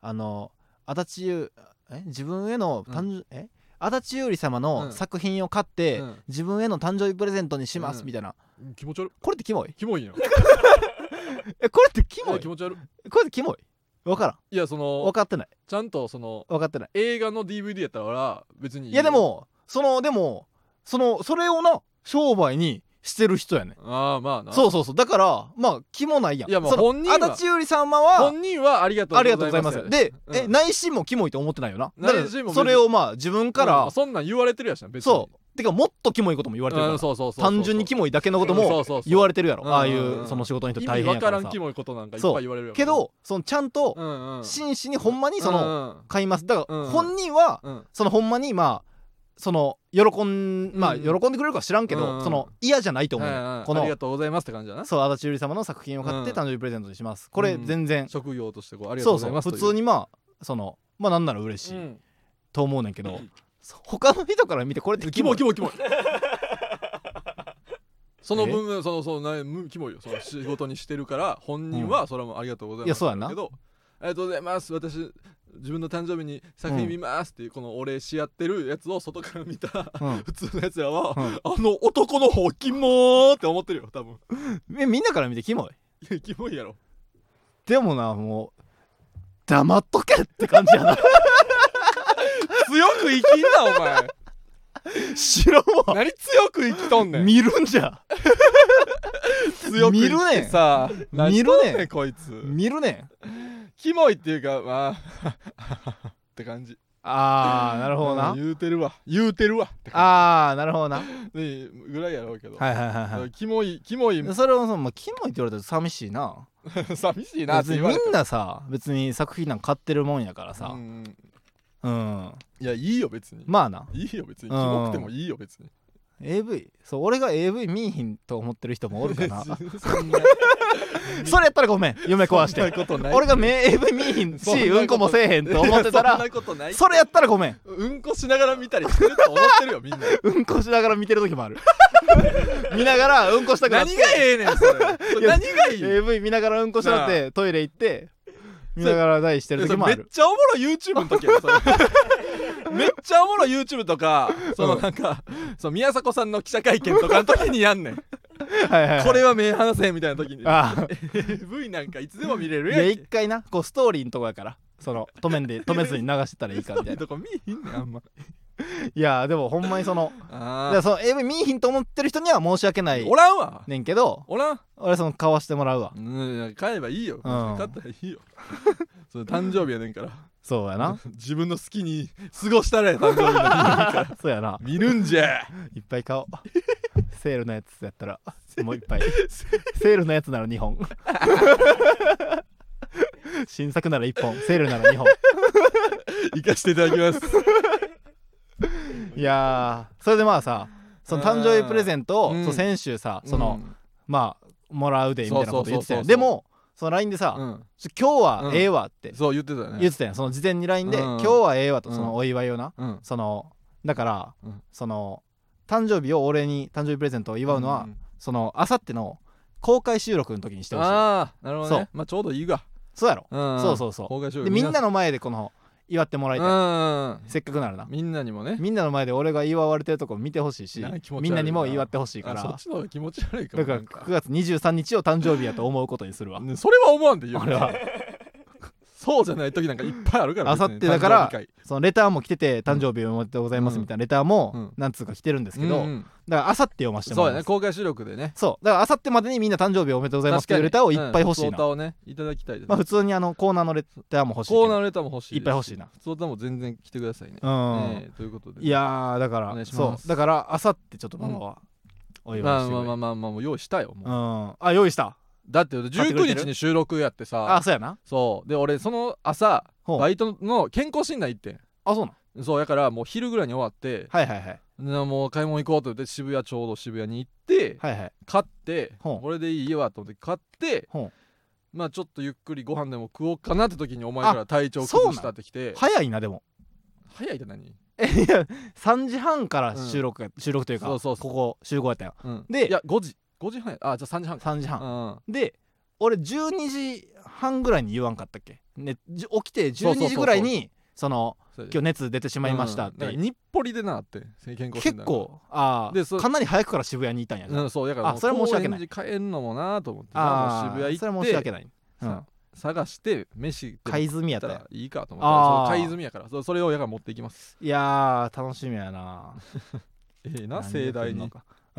自分への足立優里様の作品を買って自分への誕生日プレゼントにしますみたいな。 気持ち悪い。 これってキモい？ キモいよ。 これってキモい？ 気持ち悪い。 これってキモい？分からん。 いやその分かってない。 ちゃんとその分かってない。 映画の DVD やったら別にいい。 いやでもそれをな商売にしてる人やね。 まあな。 そうだからまあ気もないやん。 いやもう本人は足立優里様は本人はありがとうございます。 で内心もキモいと思ってないよな。内心もそれをまあ自分からそんなん言われてるやしな別に。 そうてかもっとキモいことも言われてるから単純にキモいだけのことも言われてるやろ。ああいうその仕事の人大変やからさ。 意味わからんキモいことなんかいっぱい言われるやろ。 けどそのちゃんと真摯にほんまにその買います。だから本人はそのほんまにまあその喜んでくれるか知らんけどその嫌じゃないと思う。このありがとうございますって感じだな。 そう足立優里様の作品を買って誕生日プレゼントにします。これ全然職業としてこうありがとうございますという。 普通にまあそのまあなんなら嬉しいと思うねんけど、他の人から見てこれってキモいその分キモいよ。その仕事にしてるから本人はそれもありがとうございますけど、ありがとうございます、私自分の誕生日に作品見ますっていうこのお礼し合ってるやつを外から見た普通のやつらはあの男の方キモーって思ってるよ多分。 みんなから見てキモい？ いやキモいやろ。 でもなもう黙っとけって感じやな。 強く生きんなお前。 知らんわ。 何強く生きとんねん。 見るんじゃ。 強く生きてさ見るねんこいつ。 見るねん。キモいっていうかまあって感じ。 なるほどな。 言うてるわって感じ。 なるほどな。 ぐらいやろうけど。キモいそれをキモいって言われたら寂しいな。 寂しいなって言われて。 みんなさ別に作品なんか買ってるもんやからさ。いやいいよ別に。 まあないいよ別に。キモくてもいいよ別に。 AV そう俺が AV 見いひんと思ってる人もおるかなそれやったらごめん嫁壊して俺がAV 見いひんしうんこもせえへんと思ってたらそれやったらごめんうんこしながら見たりすると思ってるよみんなうんこしながら見てる時もある見ながらうんこしたくなって何がええねんそれ何がいい AV 見ながらうんこしなってトイレ行って見ながら台してる時もあるめっちゃおもろい YouTube の時やそれめっちゃおもろい YouTube とかそのなんか、その宮迫さんの記者会見とかの時にやんねんはいはい、はい、これは目離せみたいな時にAV なんかいつでも見れるやんいや一回なこうストーリーのとこやからその止めずに流してたらいいかみたいなとこ見えひんねんあんまいやでもほんまにそのAV 見いひんと思ってる人には申し訳ないおらんわねんけど俺その買わしてもらうわ買えばいいよ、買ったらいいよそれ誕生日やねんからそうやな自分の好きに過ごしたらや誕生日の日からそうやな見るんじゃいっぱい買おうセールのやつやったらもういっぱいセールのやつなら2本新作なら1本セールなら2本行かせていただきますいやそれでまあさその誕生日プレゼントを先週さそのまあもらうでみたいなこと言ってたよ。でもその LINE でさ今日はええわってそう言ってたよね。 言ってたよその事前に LINE で今日はええわとそのお祝いをなそのだからその誕生日を俺に誕生日プレゼントを祝うのはそのあさっての公開収録の時にしてほしい。 ああなるほどね。まあちょうどいいがそうやろそうでみんなの前でこの祝ってもらいたいせっかくならなみんなにもねみんなの前で俺が祝われてるとこ見てほしいしみんなにも祝ってほしいからそっちの方が気持ち悪いかもだから9月23日を誕生日やと思うことにするわそれは思わんでいいよ俺はそうじゃない時なんかいっぱいあるからあさってだからそのレターも来てて誕生日おめでとうございますみたいなレターも何通か来てるんですけどだからあさって読ませてもらいます。 そうやね公開収録でねそうだからあさってまでにみんな誕生日おめでとうございますっていうレターをいっぱい欲しいな。 普通歌をねいただきたいです。 まあ普通にコーナーのレターも欲しい。 コーナーのレターも欲しい。 いっぱい欲しいな。 普通歌も全然来てくださいね。ということで。 いやだからそうだからあさってちょっとママはお祝いしてくれ。 まあもう用意したよ。 あ用意した。 だって19日に収録やってさ。 あそうやな。 そうで俺その朝バイトの健康診断行ってん。 あそうなんそうやからもう昼ぐらいに終わってもう買い物行こうと言ってちょうど渋谷に行って買ってこれでいいわと思って買ってまあちょっとゆっくりご飯でも食おうかなって時にお前から体調崩したってきて。 早いなでも。 早いって何？いや3時半から収録というかここ集合やったよ。でいや5時半や。あじゃあ3時半 3時半で俺12時半ぐらいに言わんかったっけね起きて12時ぐらいにその今日熱出てしまいましたって日暮里でなって結構かなり早くから渋谷にいたんやそうだからそれは申し訳ない。 帰んのもなと思って渋谷行ってそれは申し訳ない探して飯買い済みやったらいいかと思ったら買い済みやからそれをやから持っていきます。 いやー楽しみやなな盛大に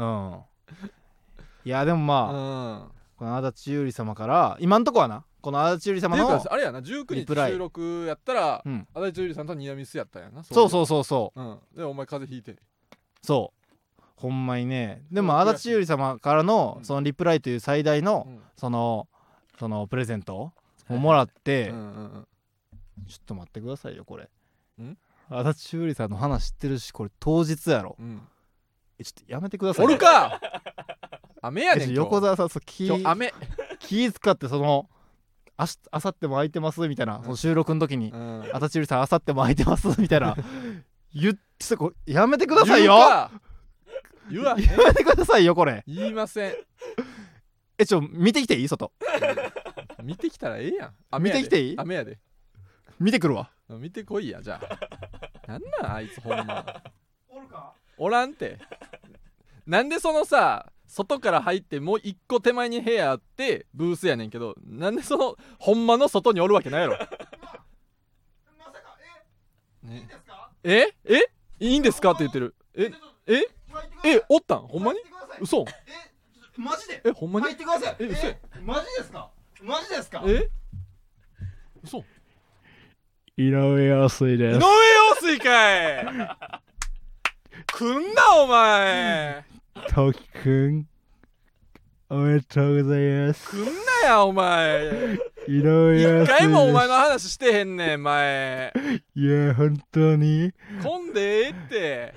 いやでもまあこの足立優里様から今んとこはなこの足立優里様のあれやな19日収録やったら足立優里さんとニアミスやったんやな。 そうでお前風邪ひいてそうほんまにね。でも足立優里様からのそのリプライという最大のそのプレゼントをもらってちょっと待ってくださいよこれ足立優里さんの話知ってるしこれ当日やろ。ちょっとやめてください。 おるか雨やねん横澤さん気使ってそのあさっても空いてますみたいなその収録の時に足立優里さんあさっても空いてますみたいな言ってやめてくださいよ。 言わやめてくださいよこれ。 言いません。 見てきていい外見てきたらええやん。 見てきていい？ 雨やで。 見てくるわ。 見てこいやじゃあ。なんなんあいつほんま。おらんってなんでそのさ外から入ってもう一個手前に部屋あってブースやねんけどなんでそのほんまの外におるわけないやろ。 まさかいいんですか？ いいんですかって言ってる。おったんほんまに？嘘？ マジで？ ほんまに？ 入ってください。 嘘？ マジですか？マジですか？ 嘘？ 井上陽水です。 井上陽水かい来んなお前。 トキくんおめでとうございます。 来んなやお前。 井上陽水です。 一回もお前の話してへんねん前。 いや本当に来んでええって。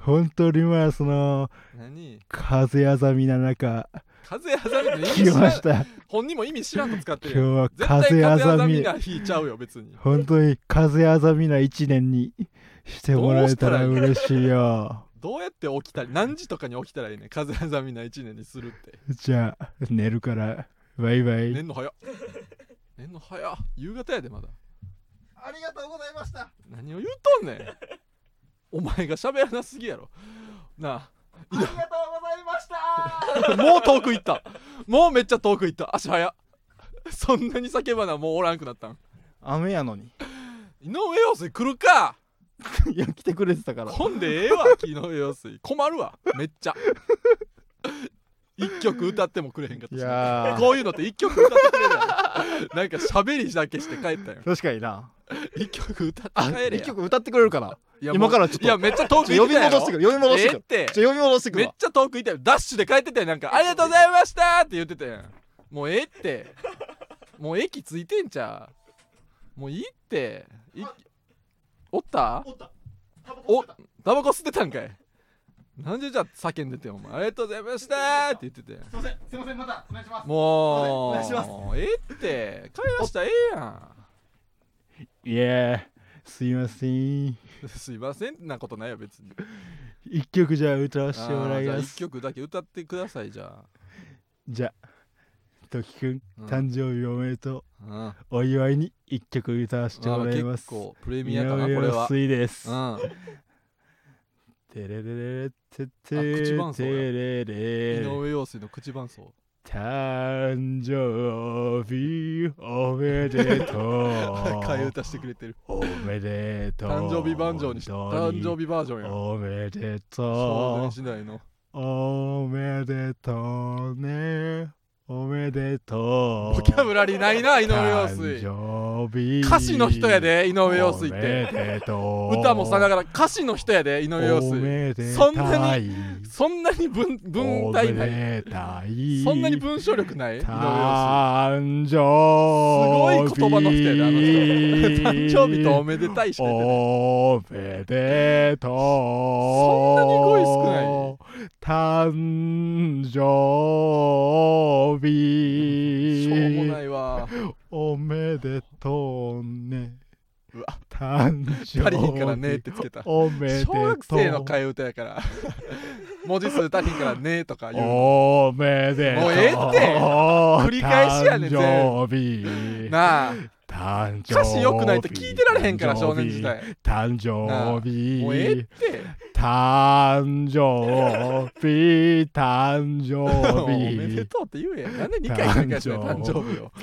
本当にまあその風あざみな中風あざみの意味知らん本人も意味知らんと使ってる今日は風あざみな引いちゃうよ別に。 本当に風あざみな一年にしてもらえたら嬉しいよ。 どうやって起きたり何時とかに起きたらいいね風あざみな一年にするって。 じゃあ寝るからバイバイ。 寝んの早っ夕方やでまだ。 ありがとうございました。 何を言うとんねんお前が喋らなすぎやろなあ。 ありがとうございましたもう遠く行った。もうめっちゃ遠く行った。足早っ。そんなに叫ばなもうおらんくなったん。 雨やのに井上陽水来るかいや来てくれてたから混んでええわ井上陽水困るわめっちゃ一曲歌ってもくれへんかったし、 いやこういうのって一曲歌ってくれるやんなんか喋りだけして帰ったよ。 確かにな。 一曲歌って帰れや。 一曲歌ってくれるかな。今からちょっといやめっちゃ遠く行ってたよ。 呼び戻してくる呼び戻してくるめっちゃ遠く行ったよ。ダッシュで帰ってたよ。なんかありがとうございましたって言ってたやん。もうええってもう駅ついてんちゃう。もういいっておったおタバコ吸ってたんかい。なんでじゃあ叫んでてお前ありがとうございましたって言ってて。 すいませんまたお願いします。 もうお願いします。 ええって帰らしたらええやん。 いやすいませんすいませんなことないよ別に。 一曲じゃあ歌わせてもらいじゃあ一ます。 曲だけ歌ってください。じゃあじゃあ時くん誕生日おめでとうん、 お祝いに一曲歌わせてもらいます。 結構プレミアかなこれは。 井上陽水です。 うんテレレレテテ口伴奏やテレレ井上陽水の口伴奏。 誕生日おめでとう替え歌してくれてる。 おめでとう誕生日バージョンにして誕生日バージョンや。 おめで少と年時代のうおめでとうねおめでとう。 ボキャブラリーないな井上陽水。歌詞の人やで井上陽水って歌もさながら歌詞の人やで井上陽水。そんなに文体ない。そんなに文章力ない井上陽水。 誕生日すごい言葉の人やであの人誕生日とおめでたいしか言ってない。 おめでとうそんなに語彙少ない。 誕生日しょうもないわ。 おめでとうね。 うわ誕生日足りひんからねってつけた。 おめでとう。 小学生の替え歌やから文字数足りひんからねとか言う。 おめでとう。 もうええって繰り返しやねん全部誕生日なあ。 誕生日歌詞良くないと聞いてられへんから少年時代。 誕生日もうええって誕生日誕生おめ日でとうって言うやん。なんで2回繰り返すねん誕生日を。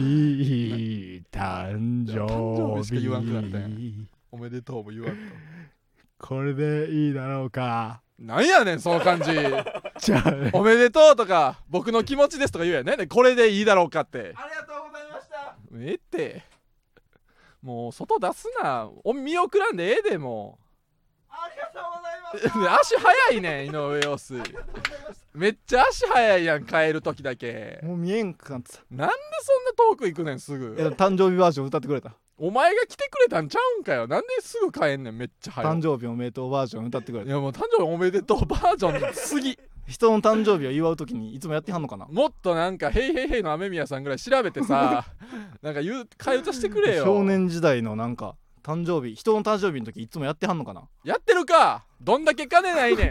誕生日しか言わんくなったや日ん。おめでとうも言わんと。 これでいいだろうか。 なんやねんその感じ。 じゃあおめでとうとか僕の気持ちですとか言うやんね。これでいいだろうかって。 ありがとうございました。 ええってもう外出すな。見送らんでええでもう。 ありがとうございま足早いねん井上陽水。めっちゃ足早いやん帰る時だけ。 もう見えんくなってた。 なんでそんな遠く行くねんすぐ。 誕生日バージョン歌ってくれた。 お前が来てくれたんちゃうんかよ。なんですぐ帰んねんめっちゃ早い。 誕生日おめでとうバージョン歌ってくれた。 いやもう誕生日おめでとうバージョンすぎ。 人の誕生日を祝うときにいつもやってはんのかな。 もっとなんかヘイヘイヘイの雨宮さんぐらい調べてさなんか替え歌してくれよ。 少年時代のなんか誕生日人の誕生日の時いつもやってはんのかな。 やってるか。どんだけ金ないね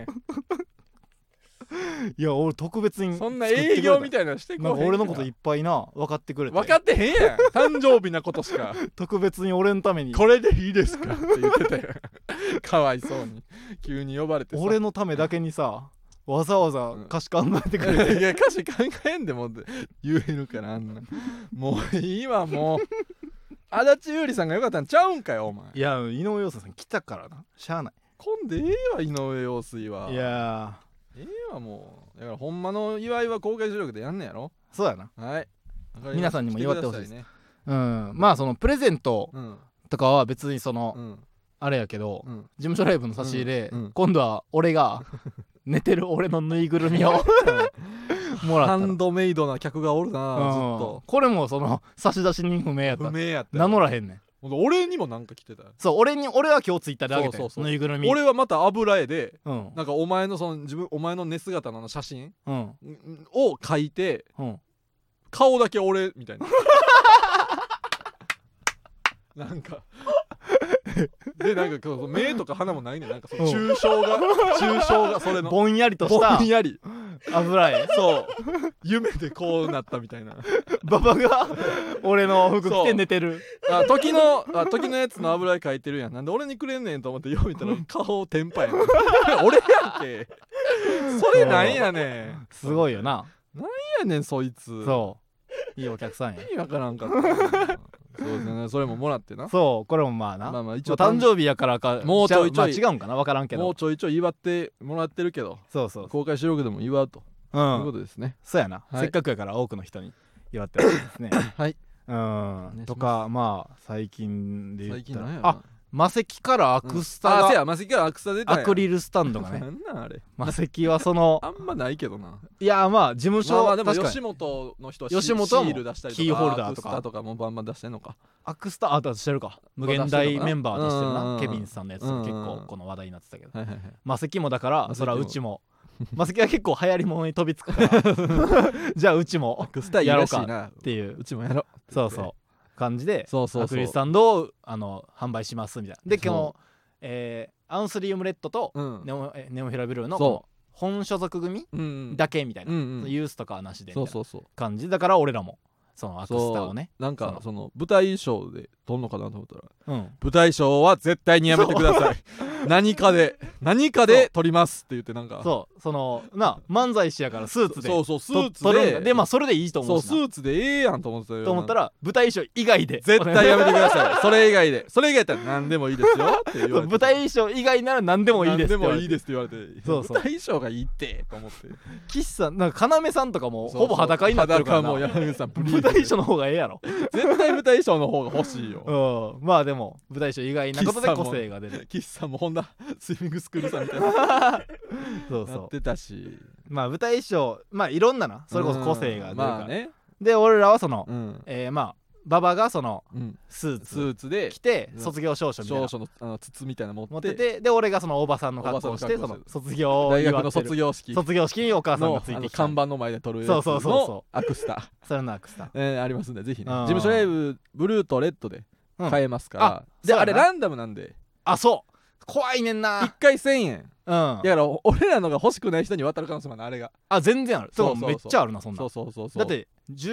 んいや俺特別にそんな営業みたいなのしてこなんか俺のこといっぱいな分かってくれて。 分かってへんやん誕生日なことしか特別に俺のためにこれでいいですかって言ってたよかわいそうに急に呼ばれてさ俺のためだけにさわざわざ歌詞考えてくれて、 いや歌詞考えんでも言えるからあんなもういいわもう足立優里さんがよかったんちゃうんかよお前。 いや井上陽水さん来たからなしゃあない。 混んでええわ井上陽水は。 いやええわもうだからほんまの祝いは公開収録でやんねやろ。 そうやな。 はい皆さんにも祝ってほしいですね。 まあそのプレゼントとかは別にその、あれやけど、事務所ライブの差し入れ、今度は俺が寝てる俺のぬいぐるみをもらったハンドメイドな客がおるな、ずっと。 これもその差出人不明やった。 不明やった。 名乗らへんねん。 俺にもなんか来てたよ。 そう俺は今日ツイッターであげたよ。ぬいぐるみ俺はまた油絵で、 うん、 なんかお前のお前の寝姿の写真、 うん、 を描いて、 うん、 顔だけ俺みたいななんかでなんか目とか鼻もないねん。なんかその抽象がそれのぼんやりとしたぼんやり油絵そう夢でこうなったみたいなババが俺の服着て寝てる。 時のやつの油絵描いてるやん。なんで俺にくれんねんと思ってよう見たら顔テンパやん俺やんけそれなんやねん。 すごいよな。 なんやねんそいつ。 そういいお客さんや。 意味わからんかったそうですね。それももらってな。 そうこれもまあな、 まあ一応誕生日やからかもうちょいちょい、 まあ、違うんかな分からんけどもうちょいちょい祝ってもらってるけど、 そう公開収録でも祝うと、いうことですね。 そうやな、せっかくやから多くの人に祝ってほしいですねはいとかまあ最近で言ったらマセキからアクスタが、 マセキからアクスタ出たんや。 アクリルスタンドがねなんなんあれ。 マセキはそのあんまないけどな。 いやまあ事務所、 でも吉本の人は吉本はシール出したりとかキーホルダーとかアクスタとかもバンバン出してんのか。 アクスタ出してるか。無限大メンバー出してるな。ケビンさんのやつうんうん結構この話題になってたけど、 はいはいはい、 マセキもだからそらうちもマセキは結構流行り物に飛びつくからじゃあうちもやろうかっていう、 うちもやろうそうそう感じでそうアクリルスタンドを販売しますみたいな。でこのアンスリウムレッドとネオヒラビルの本所属組だけみたいな、ユースとかはなしでみたいな感じだから俺らもそのアクスタをね、 なんかその舞台衣装で撮んのかなと思ったら、舞台衣装は絶対にやめてください何かで撮りますって言って、なんかそうその漫才師やからスーツでそうスーツでまあそれでいいと思うしな。 そうスーツでええやんと思ってたよ。 と思ったら舞台衣装以外で絶対やめてくださいそれ以外やったら何でもいいですよって言われて舞台衣装以外なら何でもいいですって何でもいいですって言われてそう舞台衣装がいいってと思って岸さんなんか要さんとかもほぼ裸になってるからな。 もう山口さん舞台衣装の方がええやろ絶対舞台衣装の方が欲しいよまあでも舞台衣装以外なことで個性が出る。 岸さんもほんなスイミングスクールさんみたいなそうなってたし、 まあ舞台衣装まあいろんなそれこそ個性が出るから、 まあね、 で俺らはその、まあ馬場がそのスーツで着て卒業証書みたいな証書の筒みたいなの持ってて、で俺がそのおばさんの格好をしてその卒業大学の卒業式にお母さんがついてきた看板の前で撮るやつのアクスタそれのアクスタありますんでぜひね、事務所ライブブルーとレッドで買えますから、であれランダムなんで、 そう怖いねんな。 1回1000円だから俺らのが欲しくない人に渡る可能性もある。あれが全然ある。そうめっちゃあるなそんな。 そうだって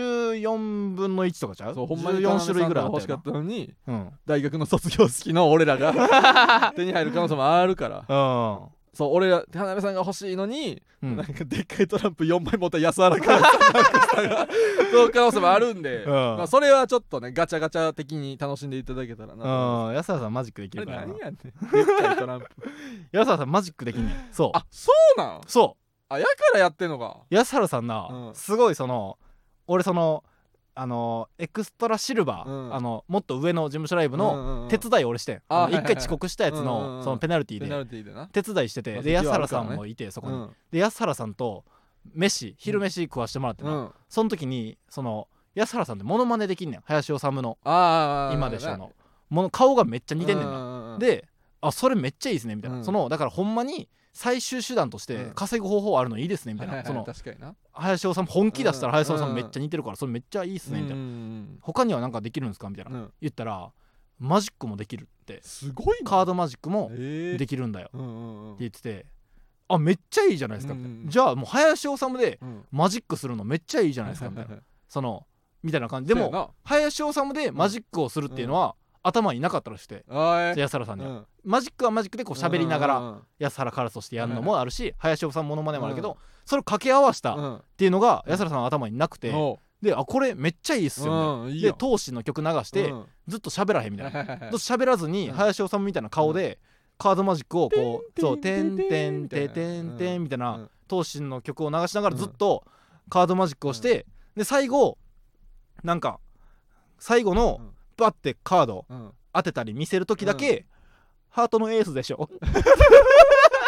14分の1とかちゃう。 ほんまに 14種類ぐらい欲しかったのに、大学の卒業式の俺らが手に入る可能性もあるからそう俺ら田辺さんが欲しいのに、なんかでっかいトランプ4枚持った安原からそういう可能性もあるんで、まあそれはちょっとねガチャガチャ的に楽しんでいただけたらな。 安原さんマジックできるからな。 何やねんでっかいトランプ安原さんマジックできんねん。そうそうなん。 そうやからやってんのか。 安原さんな、すごいその俺そのエクストラシルバー、もっと上の事務所ライブの手伝い俺してん。一回遅刻したやつのそのペナルティーで手伝いしてて、で安原さんもいてそこに、で安原さんと昼飯食わしてもらってな、その時にその安原さんってモノマネできんねん。林修の今でしょの顔がめっちゃ似てんねんな。でそれめっちゃいいですねみたいな、そのだからほんまに最終手段として稼ぐ方法あるのいいですねみたいな、その林修も本気出したら林修さんめっちゃ似てるからそれめっちゃいいっすねみたいな、他には何かできるんですかみたいな言ったら、マジックもできるって、 すごいカードマジックもできるんだよって言ってて、めっちゃいいじゃないですかみたいな、じゃあもう林修でマジックするのめっちゃいいじゃないですかみたいな、そのみたいな感じでも林修でマジックをするっていうのは頭になかったらしくて、安原さんにはマジックはマジックでこう喋りながら安原カラスとしてやるのもあるし、林修モノマネもあるけど、それを掛け合わせたっていうのが安原さんの頭になくて、でこれめっちゃいいっすよね、で闘志の曲流してずっと喋らへんみたいな、ずっと喋らずに林修みたいな顔でカードマジックをこうそうてんてんててんてんみたいな闘志の曲を流しながらずっとカードマジックをして、で最後なんか最後のバッてカード当てたり見せる時だけ、ハートのエースでしょ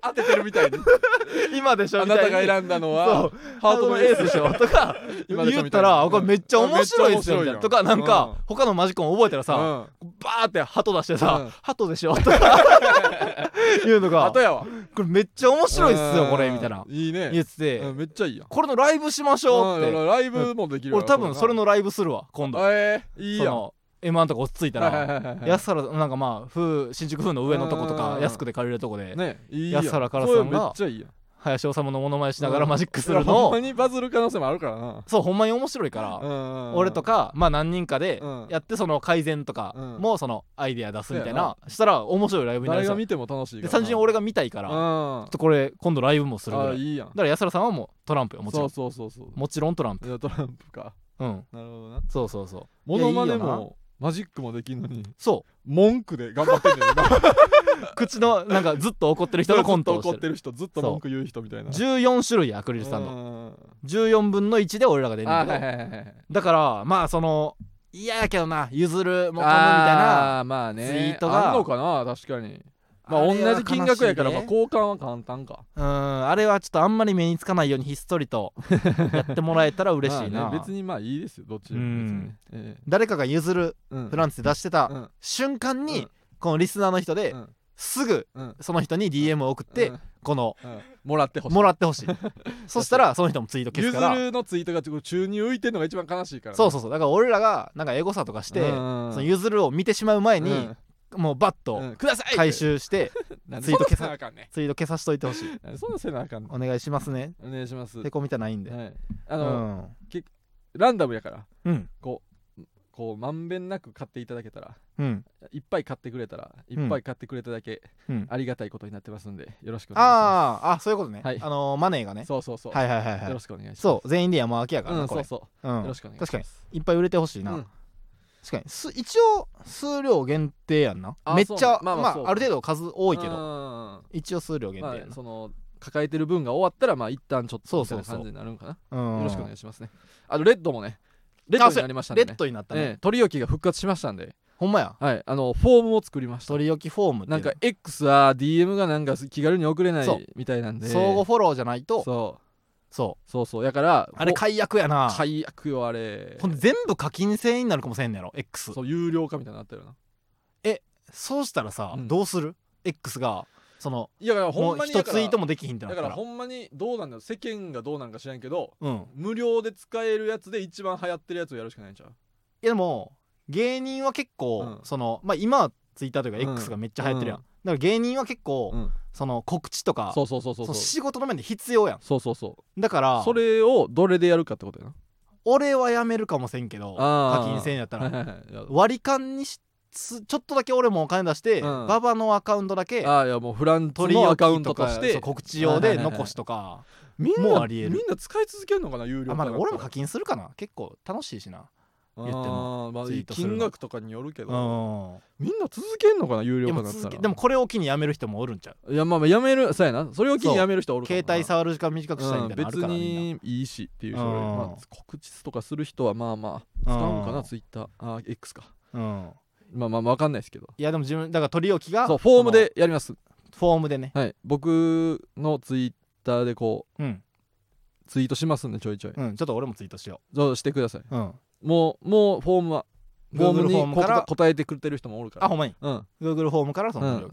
当ててるみたいに今でしょみたいにあなたが選んだのはハートのエースでしょとか言ったらこれめっちゃ面白いですよみたいなとかなんか他のマジコン覚えたらさバーって鳩出してさ鳩でしょとか言うのが鳩やわこれめっちゃ面白いっすよこれみたいないいね言っててめっちゃいいやんこれのライブしましょうってライブもできる俺多分それのライブするわ今度いいやん M1 とか落ち着いたら安原なんかまあ新宿風の上のとことか安くで借りれるとこで安原からさんが林修のモノマネしながらマジックするのをほんまにバズる可能性もあるからなそうほんまに面白いから俺とかまあ何人かでやってその改善とかもそのアイデア出すみたいなしたら面白いライブになる誰が見ても楽しいから単純に俺が見たいからちょっとこれ今度ライブもするぐらいいいやんだから安原さんはもうトランプよもちろんそうもちろんトランプいやトランプかなるほどなそうモノマネもマジックもできんのにそう文句で頑張ってんねん口のなんかずっと怒ってる人のコントをしてるずっと怒ってる人ずっと文句言う人みたいな 14種類アクリルスタンド14分の1で俺らが出るんだけどだからまあその嫌やけどな譲るも込むみたいなツイートがあんのかな確かにまあ同じ金額やからまあ交換は簡単かあれはちょっとあんまり目につかないようにひっそりとやってもらえたら嬉しいな別にまあいいですよどっちでも別に誰かが譲るフランスで出してた瞬間にこのリスナーの人ですぐその人に DM を送ってこのもらってほしいそしたらその人もツイート消すから譲るのツイートが宙に浮いてるのが一番悲しいからそうだから俺らがなんかエゴサとかしてその譲るを見てしまう前にもうバッと回収してツイート消さしといてほしいそんなせなあかんお願いしますねお願いしますへこみたないんでランダムやからこうまんべんなく買っていただけたらいっぱい買ってくれたらいっぱい買ってくれただけありがたいことになってますんでよろしくお願いしますそういうことねマネーがねそうよろしくお願いしますそう全員で山分けやからなこれよろしくお願いします確かにいっぱい売れてほしいな確かに一応数量限定やんなめっちゃまあある程度数多いけど一応数量限定やなその抱えてる分が終わったらまあ一旦ちょっとみたいな感じになるんかなよろしくお願いしますねレッドもねレッドになりましたんでレッドになったね取り置きが復活しましたんでほんまやはいフォームを作りました取り置きフォームってなんか X は DM がなんか気軽に送れないみたいなんで相互フォローじゃないとそうやからあれ解約やな解約よあれほんで全部課金制になるかもしれんのやろ X そう有料化みたいになったよなそうしたらさどうする X がそのいやほんまに一ツイートもできひんってなったらだからほんまにどうなんだろう世間がどうなんか知らんけど無料で使えるやつで一番流行ってるやつをやるしかないんちゃういやでも芸人は結構そのまあ今はツイッターというか X がめっちゃ流行ってるやんだから芸人は結構その告知とか仕事の面で必要やんだからそれをどれでやるかってことやな俺はやめるかもせんけど課金制やったら割り勘にしちょっとだけ俺もお金出してババのアカウントだけいやもうフランスのアカウントとして告知用で残しとかみんな使い続けるのかな有料まあ俺も課金するかな結構楽しいしな言っても金額とかによるけどみんな続けんのかな有料化だったらでもこれを機にやめる人もおるんちゃういやまあやめるそうやなそれを機にやめる人おるから携帯触る時間短くしたいみたいなのあるから別にいいしっていう人告知とかする人はまあ使うんかなツイッターXかまあ分かんないですけどいやでも自分だから取り置きがそうフォームでやりますフォームでねはい僕のツイッターでこうツイートしますんでちょいちょいちょっと俺もツイートしようそうしてくださいもうフォームはフォームに答えてくれてる人もおるからほんまにGoogle フォームからその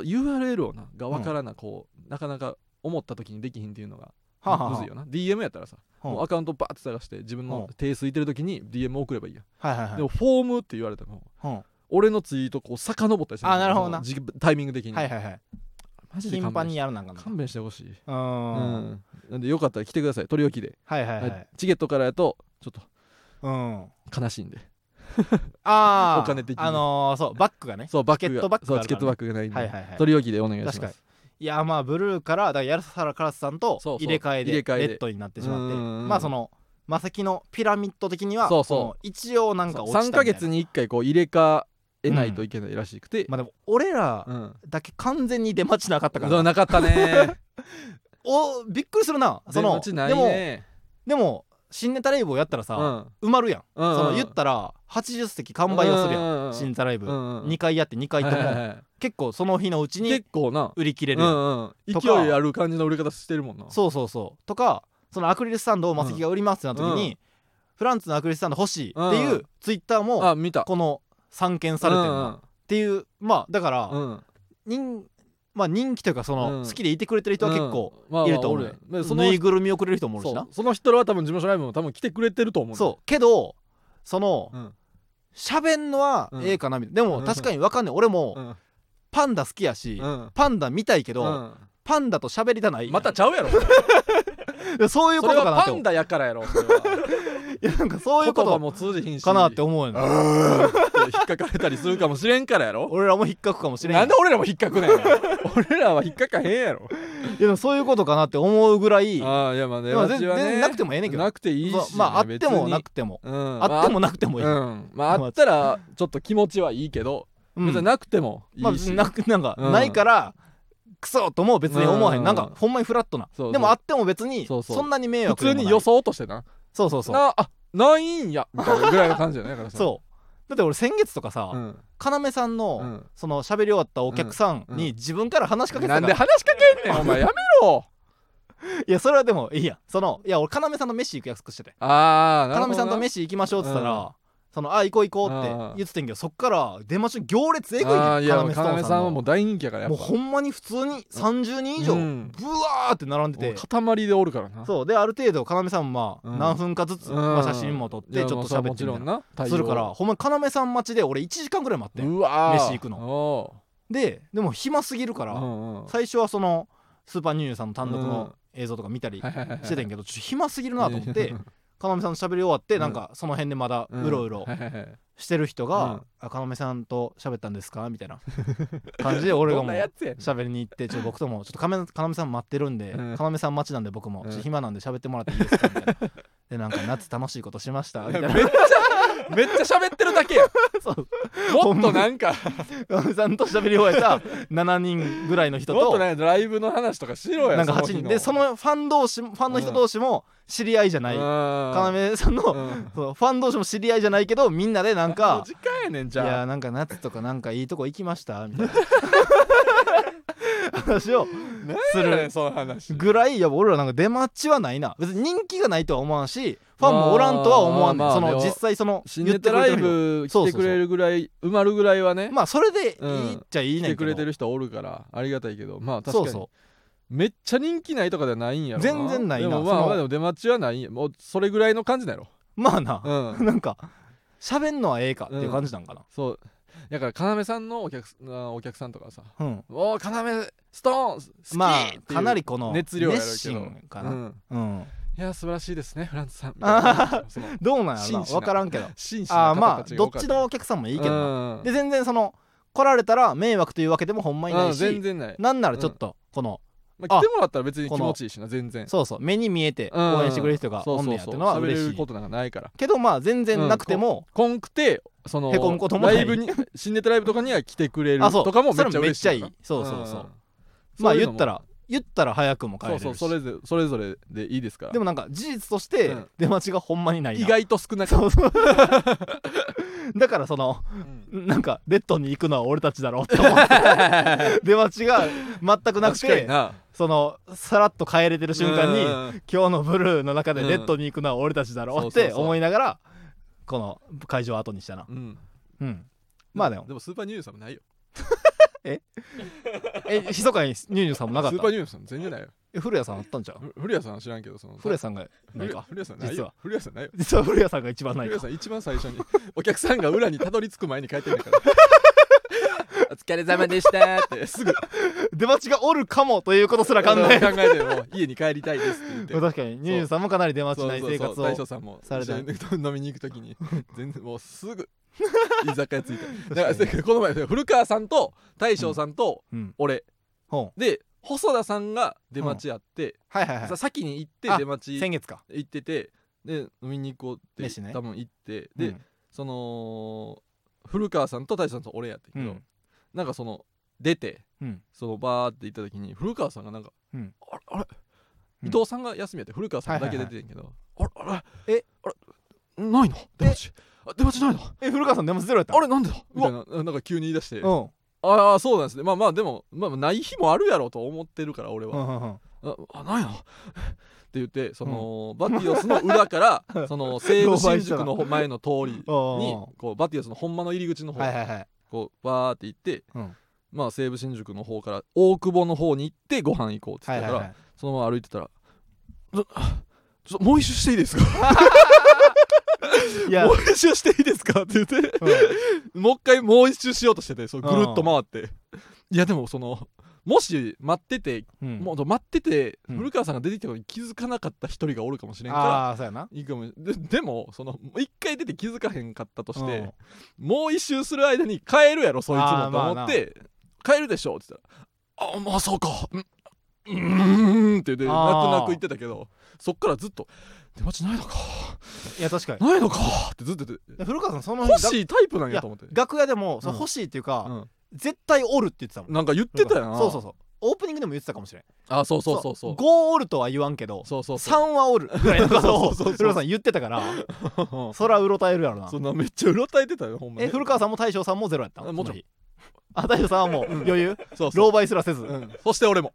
URL をが分からななかなか思った時にできひんっていうのがむずいよな DM やったらさもうアカウントバーって探して自分の手すいてる時に DM 送ればいいやでもフォームって言われても俺のツイートこう遡ったりするなるほどなタイミング的にマジで頻繁にやるなんか勘弁してほしいなんでよかったら来てください取り置きでチケットからやとちょっと悲しいんでお金的にそうバッグがねそうチケットバッグがないんで取り置きでお願いしますいやまあブルーからだから安原カラスさんと入れ替えでレッドになってしまってまあそのマセキのピラミッド的には一応なんか落ちたみたいな 3ヶ月に1回こう入れ替えないといけないらしくてまあでも俺らだけ完全に出待ちなかったからなかったねびっくりするな出待ちないねでも新ネタライブをやったらさ、埋まるやん、その言ったら80席完売をするやん、新ネタライブ、2回やって2回とも、結構その日のうちに結構な売り切れるやん、 勢いある感じの売り方してるもんな。 そうとか、そのアクリルスタンドをマセキが売りますってなった時に、フランツのアクリルスタンド欲しいっていうツイッターもこの散見されてるなっていう、まあだから人気というか、その好きでいてくれてる人は結構いると思う。ぬいぐるみをくれる人もおるしな。 その人らは多分事務所ライブも多分来てくれてると思う。 そうけど、その喋んのはええかなみたいな。でも確かに分かんない。俺もパンダ好きやし、パンダ見たいけど、パンダと喋りたない。 またちゃうやろ。 そういうことかなって。 それはパンダやからやろ。それはいや、なんかそういうことも通じひんしかなって思うよね。 引っかかれたりするかもしれんからやろ。 俺らも引っかくかもしれん。 なんで俺らも引っかくねん。俺らは引っかかへんやろ。 いや、そういうことかなって思うぐらい。 いや、まあね、全然なくてもええねんけど。 なくていいし、 まああってもなくても、あってもなくてもいい。 まああったらちょっと気持ちはいいけど、別になくてもいいし、 なんかないからクソとも別に思わへん。なんかほんまにフラットな。でもあっても別にそんなに迷惑普通に予想としてな。 そうないんやみたいなぐらいの感じだね。だからそうだって俺先月とかさ、要さんのその喋り終わったお客さんに自分から話しかけてたから。 なんで話しかけんねんお前、やめろ。 いや、それはでもいいやん。そのいや、俺要さんの飯行く約束してて、要さんと飯行きましょうって言ったら、その行こう行こうって言ってたんけど、そっから出待ち行列えぐいねん。 要さんはもう大人気やから、やっぱもうほんまに普通に30人以上ブワーって並んでて、 塊でおるからな。 そうで、ある程度要さんも何分かずつ写真も撮ってちょっと喋ってみたいなするから、ほんまに要さん待ちで俺1時間ぐらい待ってん、飯行くのでも暇すぎるから、最初はそのスーパーニューニューさんの単独の映像とか見たりしてたんけど、ちょっと暇すぎるなと思って要さんと喋り終わって、なんかその辺でまだうろうろしてる人が「要さんと喋ったんですか?」みたいな感じで、俺がもう喋りに行って、僕ともちょっと要さん待ってるんで、要さん待ちなんで僕も暇なんで喋ってもらっていいですかみたいな。で、なんか夏楽しいことしましたみたいな。 めっちゃ喋ってるだけや。もっとなんか要さんと喋り終えた7人ぐらいの人と、 もっとねライブの話とかしろや。 なんか8人で、そのファンの人同士も知り合いじゃない、要さんのファン同士も知り合いじゃないけど、みんなでなんか時間やねん。じゃあ、 いや、なんか夏とかなんかいいとこ行きましたみたいな話をするぐらい、いや俺らなんか出待ちはないな。別に人気がないとは思わんし、ファンもおらんとは思わんねん。その実際その新ネタライブ来てくれるぐらい、埋まるぐらいはね、 まあそれでいいっちゃいいねんけど、 来てくれてる人おるからありがたいけど、まあ確かにめっちゃ人気ないとかではないんやろな。 全然ないな。 でもまあでも出待ちはない。もうそれぐらいの感じだろ。 まあな、なんか喋んのはええかっていう感じなんかな。 そうだから要さんのお客さんとかさ「おー要ストーン好き!」 まあかなりこの熱量やるけど、 熱心かな。 いや素晴らしいですねフランツさん。 どうなんやろな、分からんけど。まあどっちのお客さんもいいけどな。で全然その来られたら迷惑というわけでもほんまにないし、 全然ない。 なんならちょっとこの来てもらったら別に気持ちいいしな。全然そう目に見えて応援してくれる人がおんねやってのは嬉しい。 喋れることなんかないからけど、まあ全然なくてもこんくて、そのへこむこともない。 ライブに新ネタライブとかには来てくれるとかもめっちゃ嬉しい。 めっちゃいい。そうまあ言ったら早くも帰れるし、 それぞれでいいですから。 でもなんか事実として出待ちがほんまにないな。 意外と少なかった。 だからそのなんかレッドに行くのは俺たちだろうって思って出待ちが全くなくて、そのさらっと帰れてる瞬間に今日のブルーの中でレッドに行くのは俺たちだろうって思いながらこの会場を後にしたな。まあでもスーパーニューニューさんもないよ。 密かにニューニューさんもなかった。 スーパーニューニューさん全然ないよ。 古谷さんあったんちゃう？ 古谷さんは知らんけど、 古谷さんがないか。 古谷さんないよ。古谷さんないよ。 実は古谷さんが一番ないか。 古谷さん一番最初にお客さんが裏にたどり着く前に帰ってんだからお疲れ様でしたってすぐ出待ちがおるかもということすら考えても家に帰りたいですって言って確かにニューニューさんもかなり出待ちない生活を大将さんもされて飲みに行くときに全然もうすぐ居酒屋着いてだからこの前古川さんと大将さんと俺で細田さんが出待ちあって先に行って出待ち先月か行ってて、で飲みに行こうって多分行ってでその古川さんと大将さんと俺やってけど、なんかその出てそのバーって行った時に古川さんがなんかあれ伊藤さんが休みやって古川さんだけ出てんけど、あないの出待ちないの古川さん出待ちゼロやった？ あれなんでだみたいな、なんか急に言い出して、ああそうなんですね。まあでもない日もあるやろと思ってるから俺は。ないのって言って、そのバティオスの裏からその西武新宿の前の通りにこうバティオスのほんまの入り口の方こうバーって行って、まあ西武新宿の方から大久保の方に行ってご飯行こうって言ったから、そのまま歩いてたらちょっともう一周していいですかもう一周していいですかって言って、もう一回もう一周しようとしてて、そうぐるっと回って、いやでもそのもし待ってて、もう待ってて、古川さんが出てきたことに気づかなかった一人がおるかもしれんからいいかも。でもその一回出て気づかへんかったとして、もう一周する間に帰るやろそいつもと思って、帰るでしょって言ったら、まあそうかって言って泣く泣く言ってたけど、そっからずっと出待ちないのか、 いや確かにないのかってずっと言って、 古川さんその欲しいタイプなんやと思って、 楽屋でも欲しいっていうか絶対おるって言ってたもん。 なんか言ってたよな。 そうオープニングでも言ってたかもしれん。 そう 5おるとは言わんけど3はおるぐらいのことを古川さん言ってたから、そらうろたえるやろな。 そんなめっちゃうろたえてたよほんまに。 古川さんも大将さんもゼロやったの？ もちろん。 大将さんはもう余裕、狼狽すらせず、 そして俺も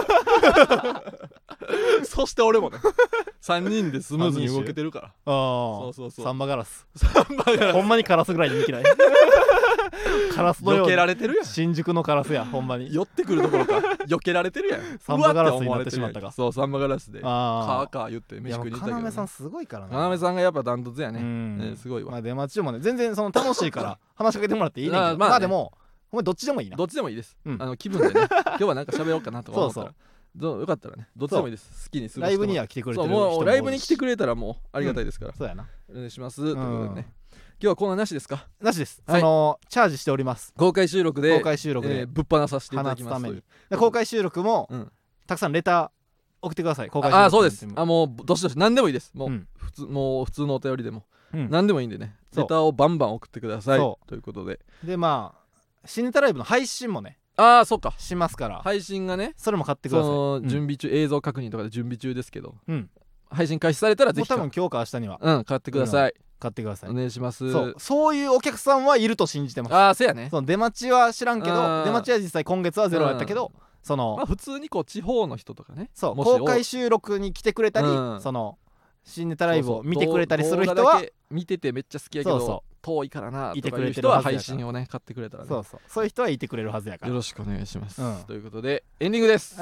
そして俺もね3人でスムーズに動けてるから。そうサンバガラスほんまにカラスぐらいに見ないカラスのように避けられてるやん。 新宿のカラスやほんまに寄ってくるところか避けられてるやん。 サンバガラスになってしまったか。 そうサンバガラスでカーカー言って飯食いに行ったけど、 要さんすごいからな。 要さんがやっぱダントツやね。すごいわ。 出待ちもね全然その楽しいから話しかけてもらっていいねんけど、まあでもお前どっちでもいいな。 どっちでもいいです。気分でね今日はなんか喋ろうかなとか思ったらよかったらねどっちでもいいです。好きにする人。 ライブには来てくれてる人ももうライブに来てくれたらもうありがたいですから。 そうやな。 お願いしますということでね、今日はコーナーなしですか？ なしです。そのチャージしております。 公開収録でぶっ放させていただきますという。 公開収録もたくさんレター送ってください。公開収録。そうです。もうどしどし何でもいいです。もう普通のお便りでも何でもいいんでね、レターをバンバン送ってくださいということで。 でまあ新ネタライブの配信もねそうかしますから、配信がねそれも買ってください。 準備中、映像確認とかで準備中ですけど、配信開始されたらぜひ多分今日か明日には買ってください。 買ってください。 お願いします。 そういうお客さんはいると信じてます。 そうやね。 出待ちは知らんけど、出待ちは実際今月はゼロやったけど、その普通にこう地方の人とかね、 公開収録に来てくれたり、その新ネタライブを見てくれたりする人は見ててめっちゃ好きやけど遠いからなとかいう人は配信をね買ってくれたらね、 そういう人はいてくれるはずやから、 よろしくお願いします。ということでエンディングです。 はい。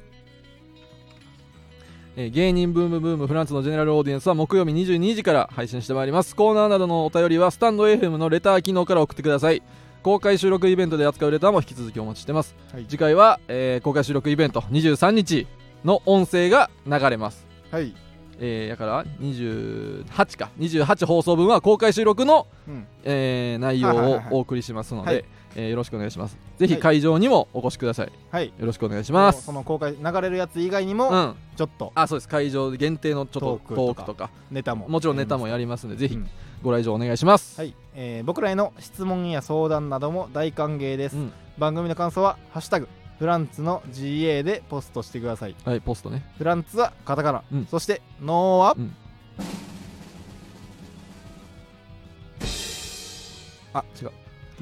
芸人ブームブームフランツのジェネラルオーディエンスは木曜日22時から配信してまいります。コーナーなどのお便りはスタンド FM のレター機能から送ってください。公開収録イベントで扱うレターも引き続きお待ちしてます。次回は、公開収録イベント23日の音声が流れます。 はい。 だから28放送分は公開収録の、内容をお送りしますので、よろしくお願いします。ぜひ会場にもお越しください。よろしくお願いします。 その公開流れるやつ以外にも、ちょっとそうです。会場限定のちょっとトークとかネタももちろんネタもやりますので、ぜひご来場お願いします。 僕らへの質問や相談なども大歓迎です。番組の感想はハッシュタグフランツの GA でポストしてください。 ポストね。 フランツはカタカナ、そしてノーは、違う。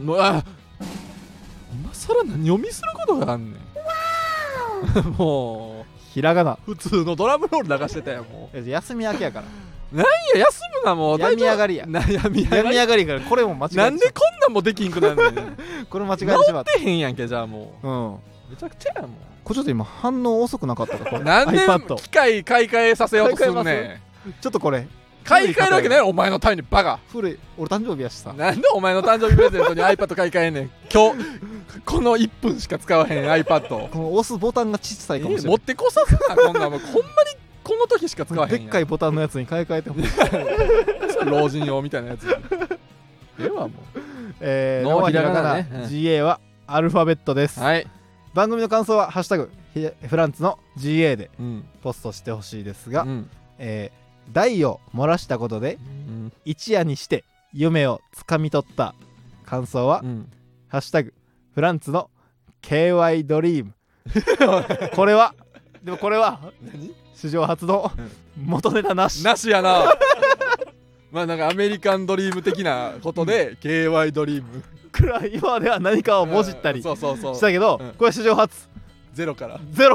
今更何読みすることがあんねんもうひらがな普通のドラムロール流してたやん。もう休み明けやからなんや休むなもう病み上がりや病み上がりからこれも間違えてなんでこんなんもできんくなんねんこれ間違えてしまった。 治ってへんやんけ。じゃあもうめちゃくちゃやん。もうこれちょっと今反応遅くなかったかこれなんで機械買い替えさせようとすんねん。ちょっとこれ買い替えるわけねお前のためにバカ。 古い。俺誕生日やしさ。 なんでお前の誕生日プレゼントに iPad 買い替えんねん今日この1分しか使わへん iPad この押すボタンが小さいかもしれない。 持ってこさすなこんなもんほんまにこの時しか使わへんやん。 でっかいボタンのやつに買い替えてほしい老人用みたいなやつではもうノーひらがな GA はアルファベットです。番組の感想はハッシュタグフランツの GA でポストしてほしいですが、大を漏らしたことで一夜にして夢をつかみ取った感想は、ハッシュタグフランツの KY ドリームこれはでもこれは史上初の元ネタなしやなまあなんかアメリカンドリーム的なことで KY ドリームくらい今までは何かをもじったりしたけど、これ史上初ゼロから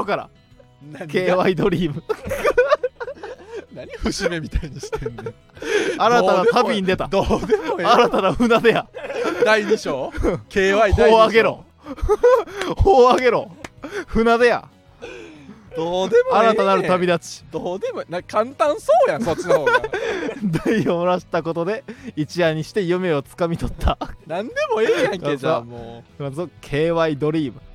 KY ドリーム何節目みたいにしてんねん新たな旅に出た。 どうでもええ新たな船出や。 第2章 KY 第2章砲上げろ砲上げろ船出や。 どうでもええ新たなる旅立ち。 どうでも簡単そうやんそっちの方が大を漏らしたことで一夜にして夢をつかみ取った何でもええやんけじゃあもう KY ドリーム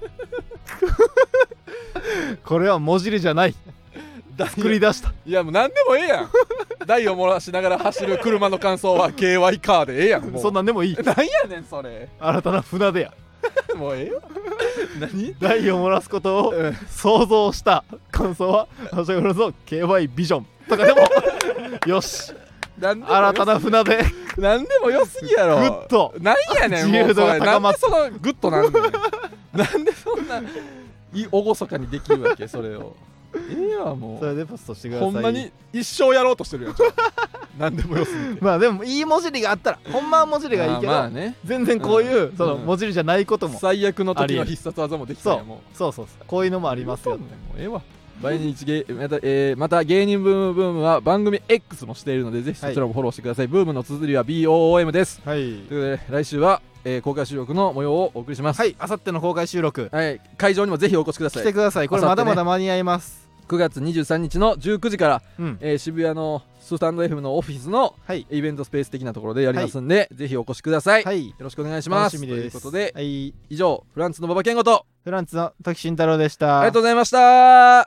これは文字りじゃない作り出した。 いやもう何でもええやん台を漏らしながら走る車の感想は KY カーでええやんもうそんなんでもいい。 何やねんそれ新たな船出やもうええよ何台を漏らすことを想像した感想は私がの KY ビジョンとかでもよし新たな船出何でもよすぎやろグッと何やねん自由度が高まってなんでそのグッとなんねんなんでそんな厳かにできるわけそれをええわもうそれでポストしてください。 ほんまに一生やろうとしてるやん何でもよすぎてまあでもいい文字りがあったらほんまは文字りがいいけど、 まあね、 全然こういうその文字りじゃないことも最悪の時の必殺技もできたやんもうそうこういうのもありますよ。 もうええわ毎日また芸人ブームは番組 X もしているのでぜひそちらもフォローしてください、ブームの綴りは BOOM です、はい、ということで来週は、公開収録の模様をお送りします。 はい、あさっての公開収録、 はい、会場にもぜひお越しください。 来てください。これまだまだ間に合います。 9月23日の19時から、渋谷のスタンド FM のオフィスのイベントスペース的なところでやりますんで、ぜひお越しください、よろしくお願いします。 楽しみです。 ということで、以上フランツの馬場健吾とフランツの時慎太郎でした。 ありがとうございました。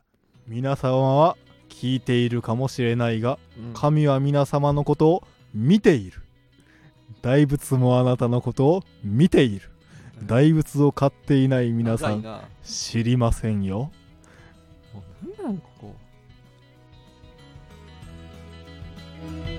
皆様は聞いているかもしれないが、神は皆様のことを見ている。大仏もあなたのことを見ている。大仏を飼っていない皆さん知りませんよ。 なんなんここ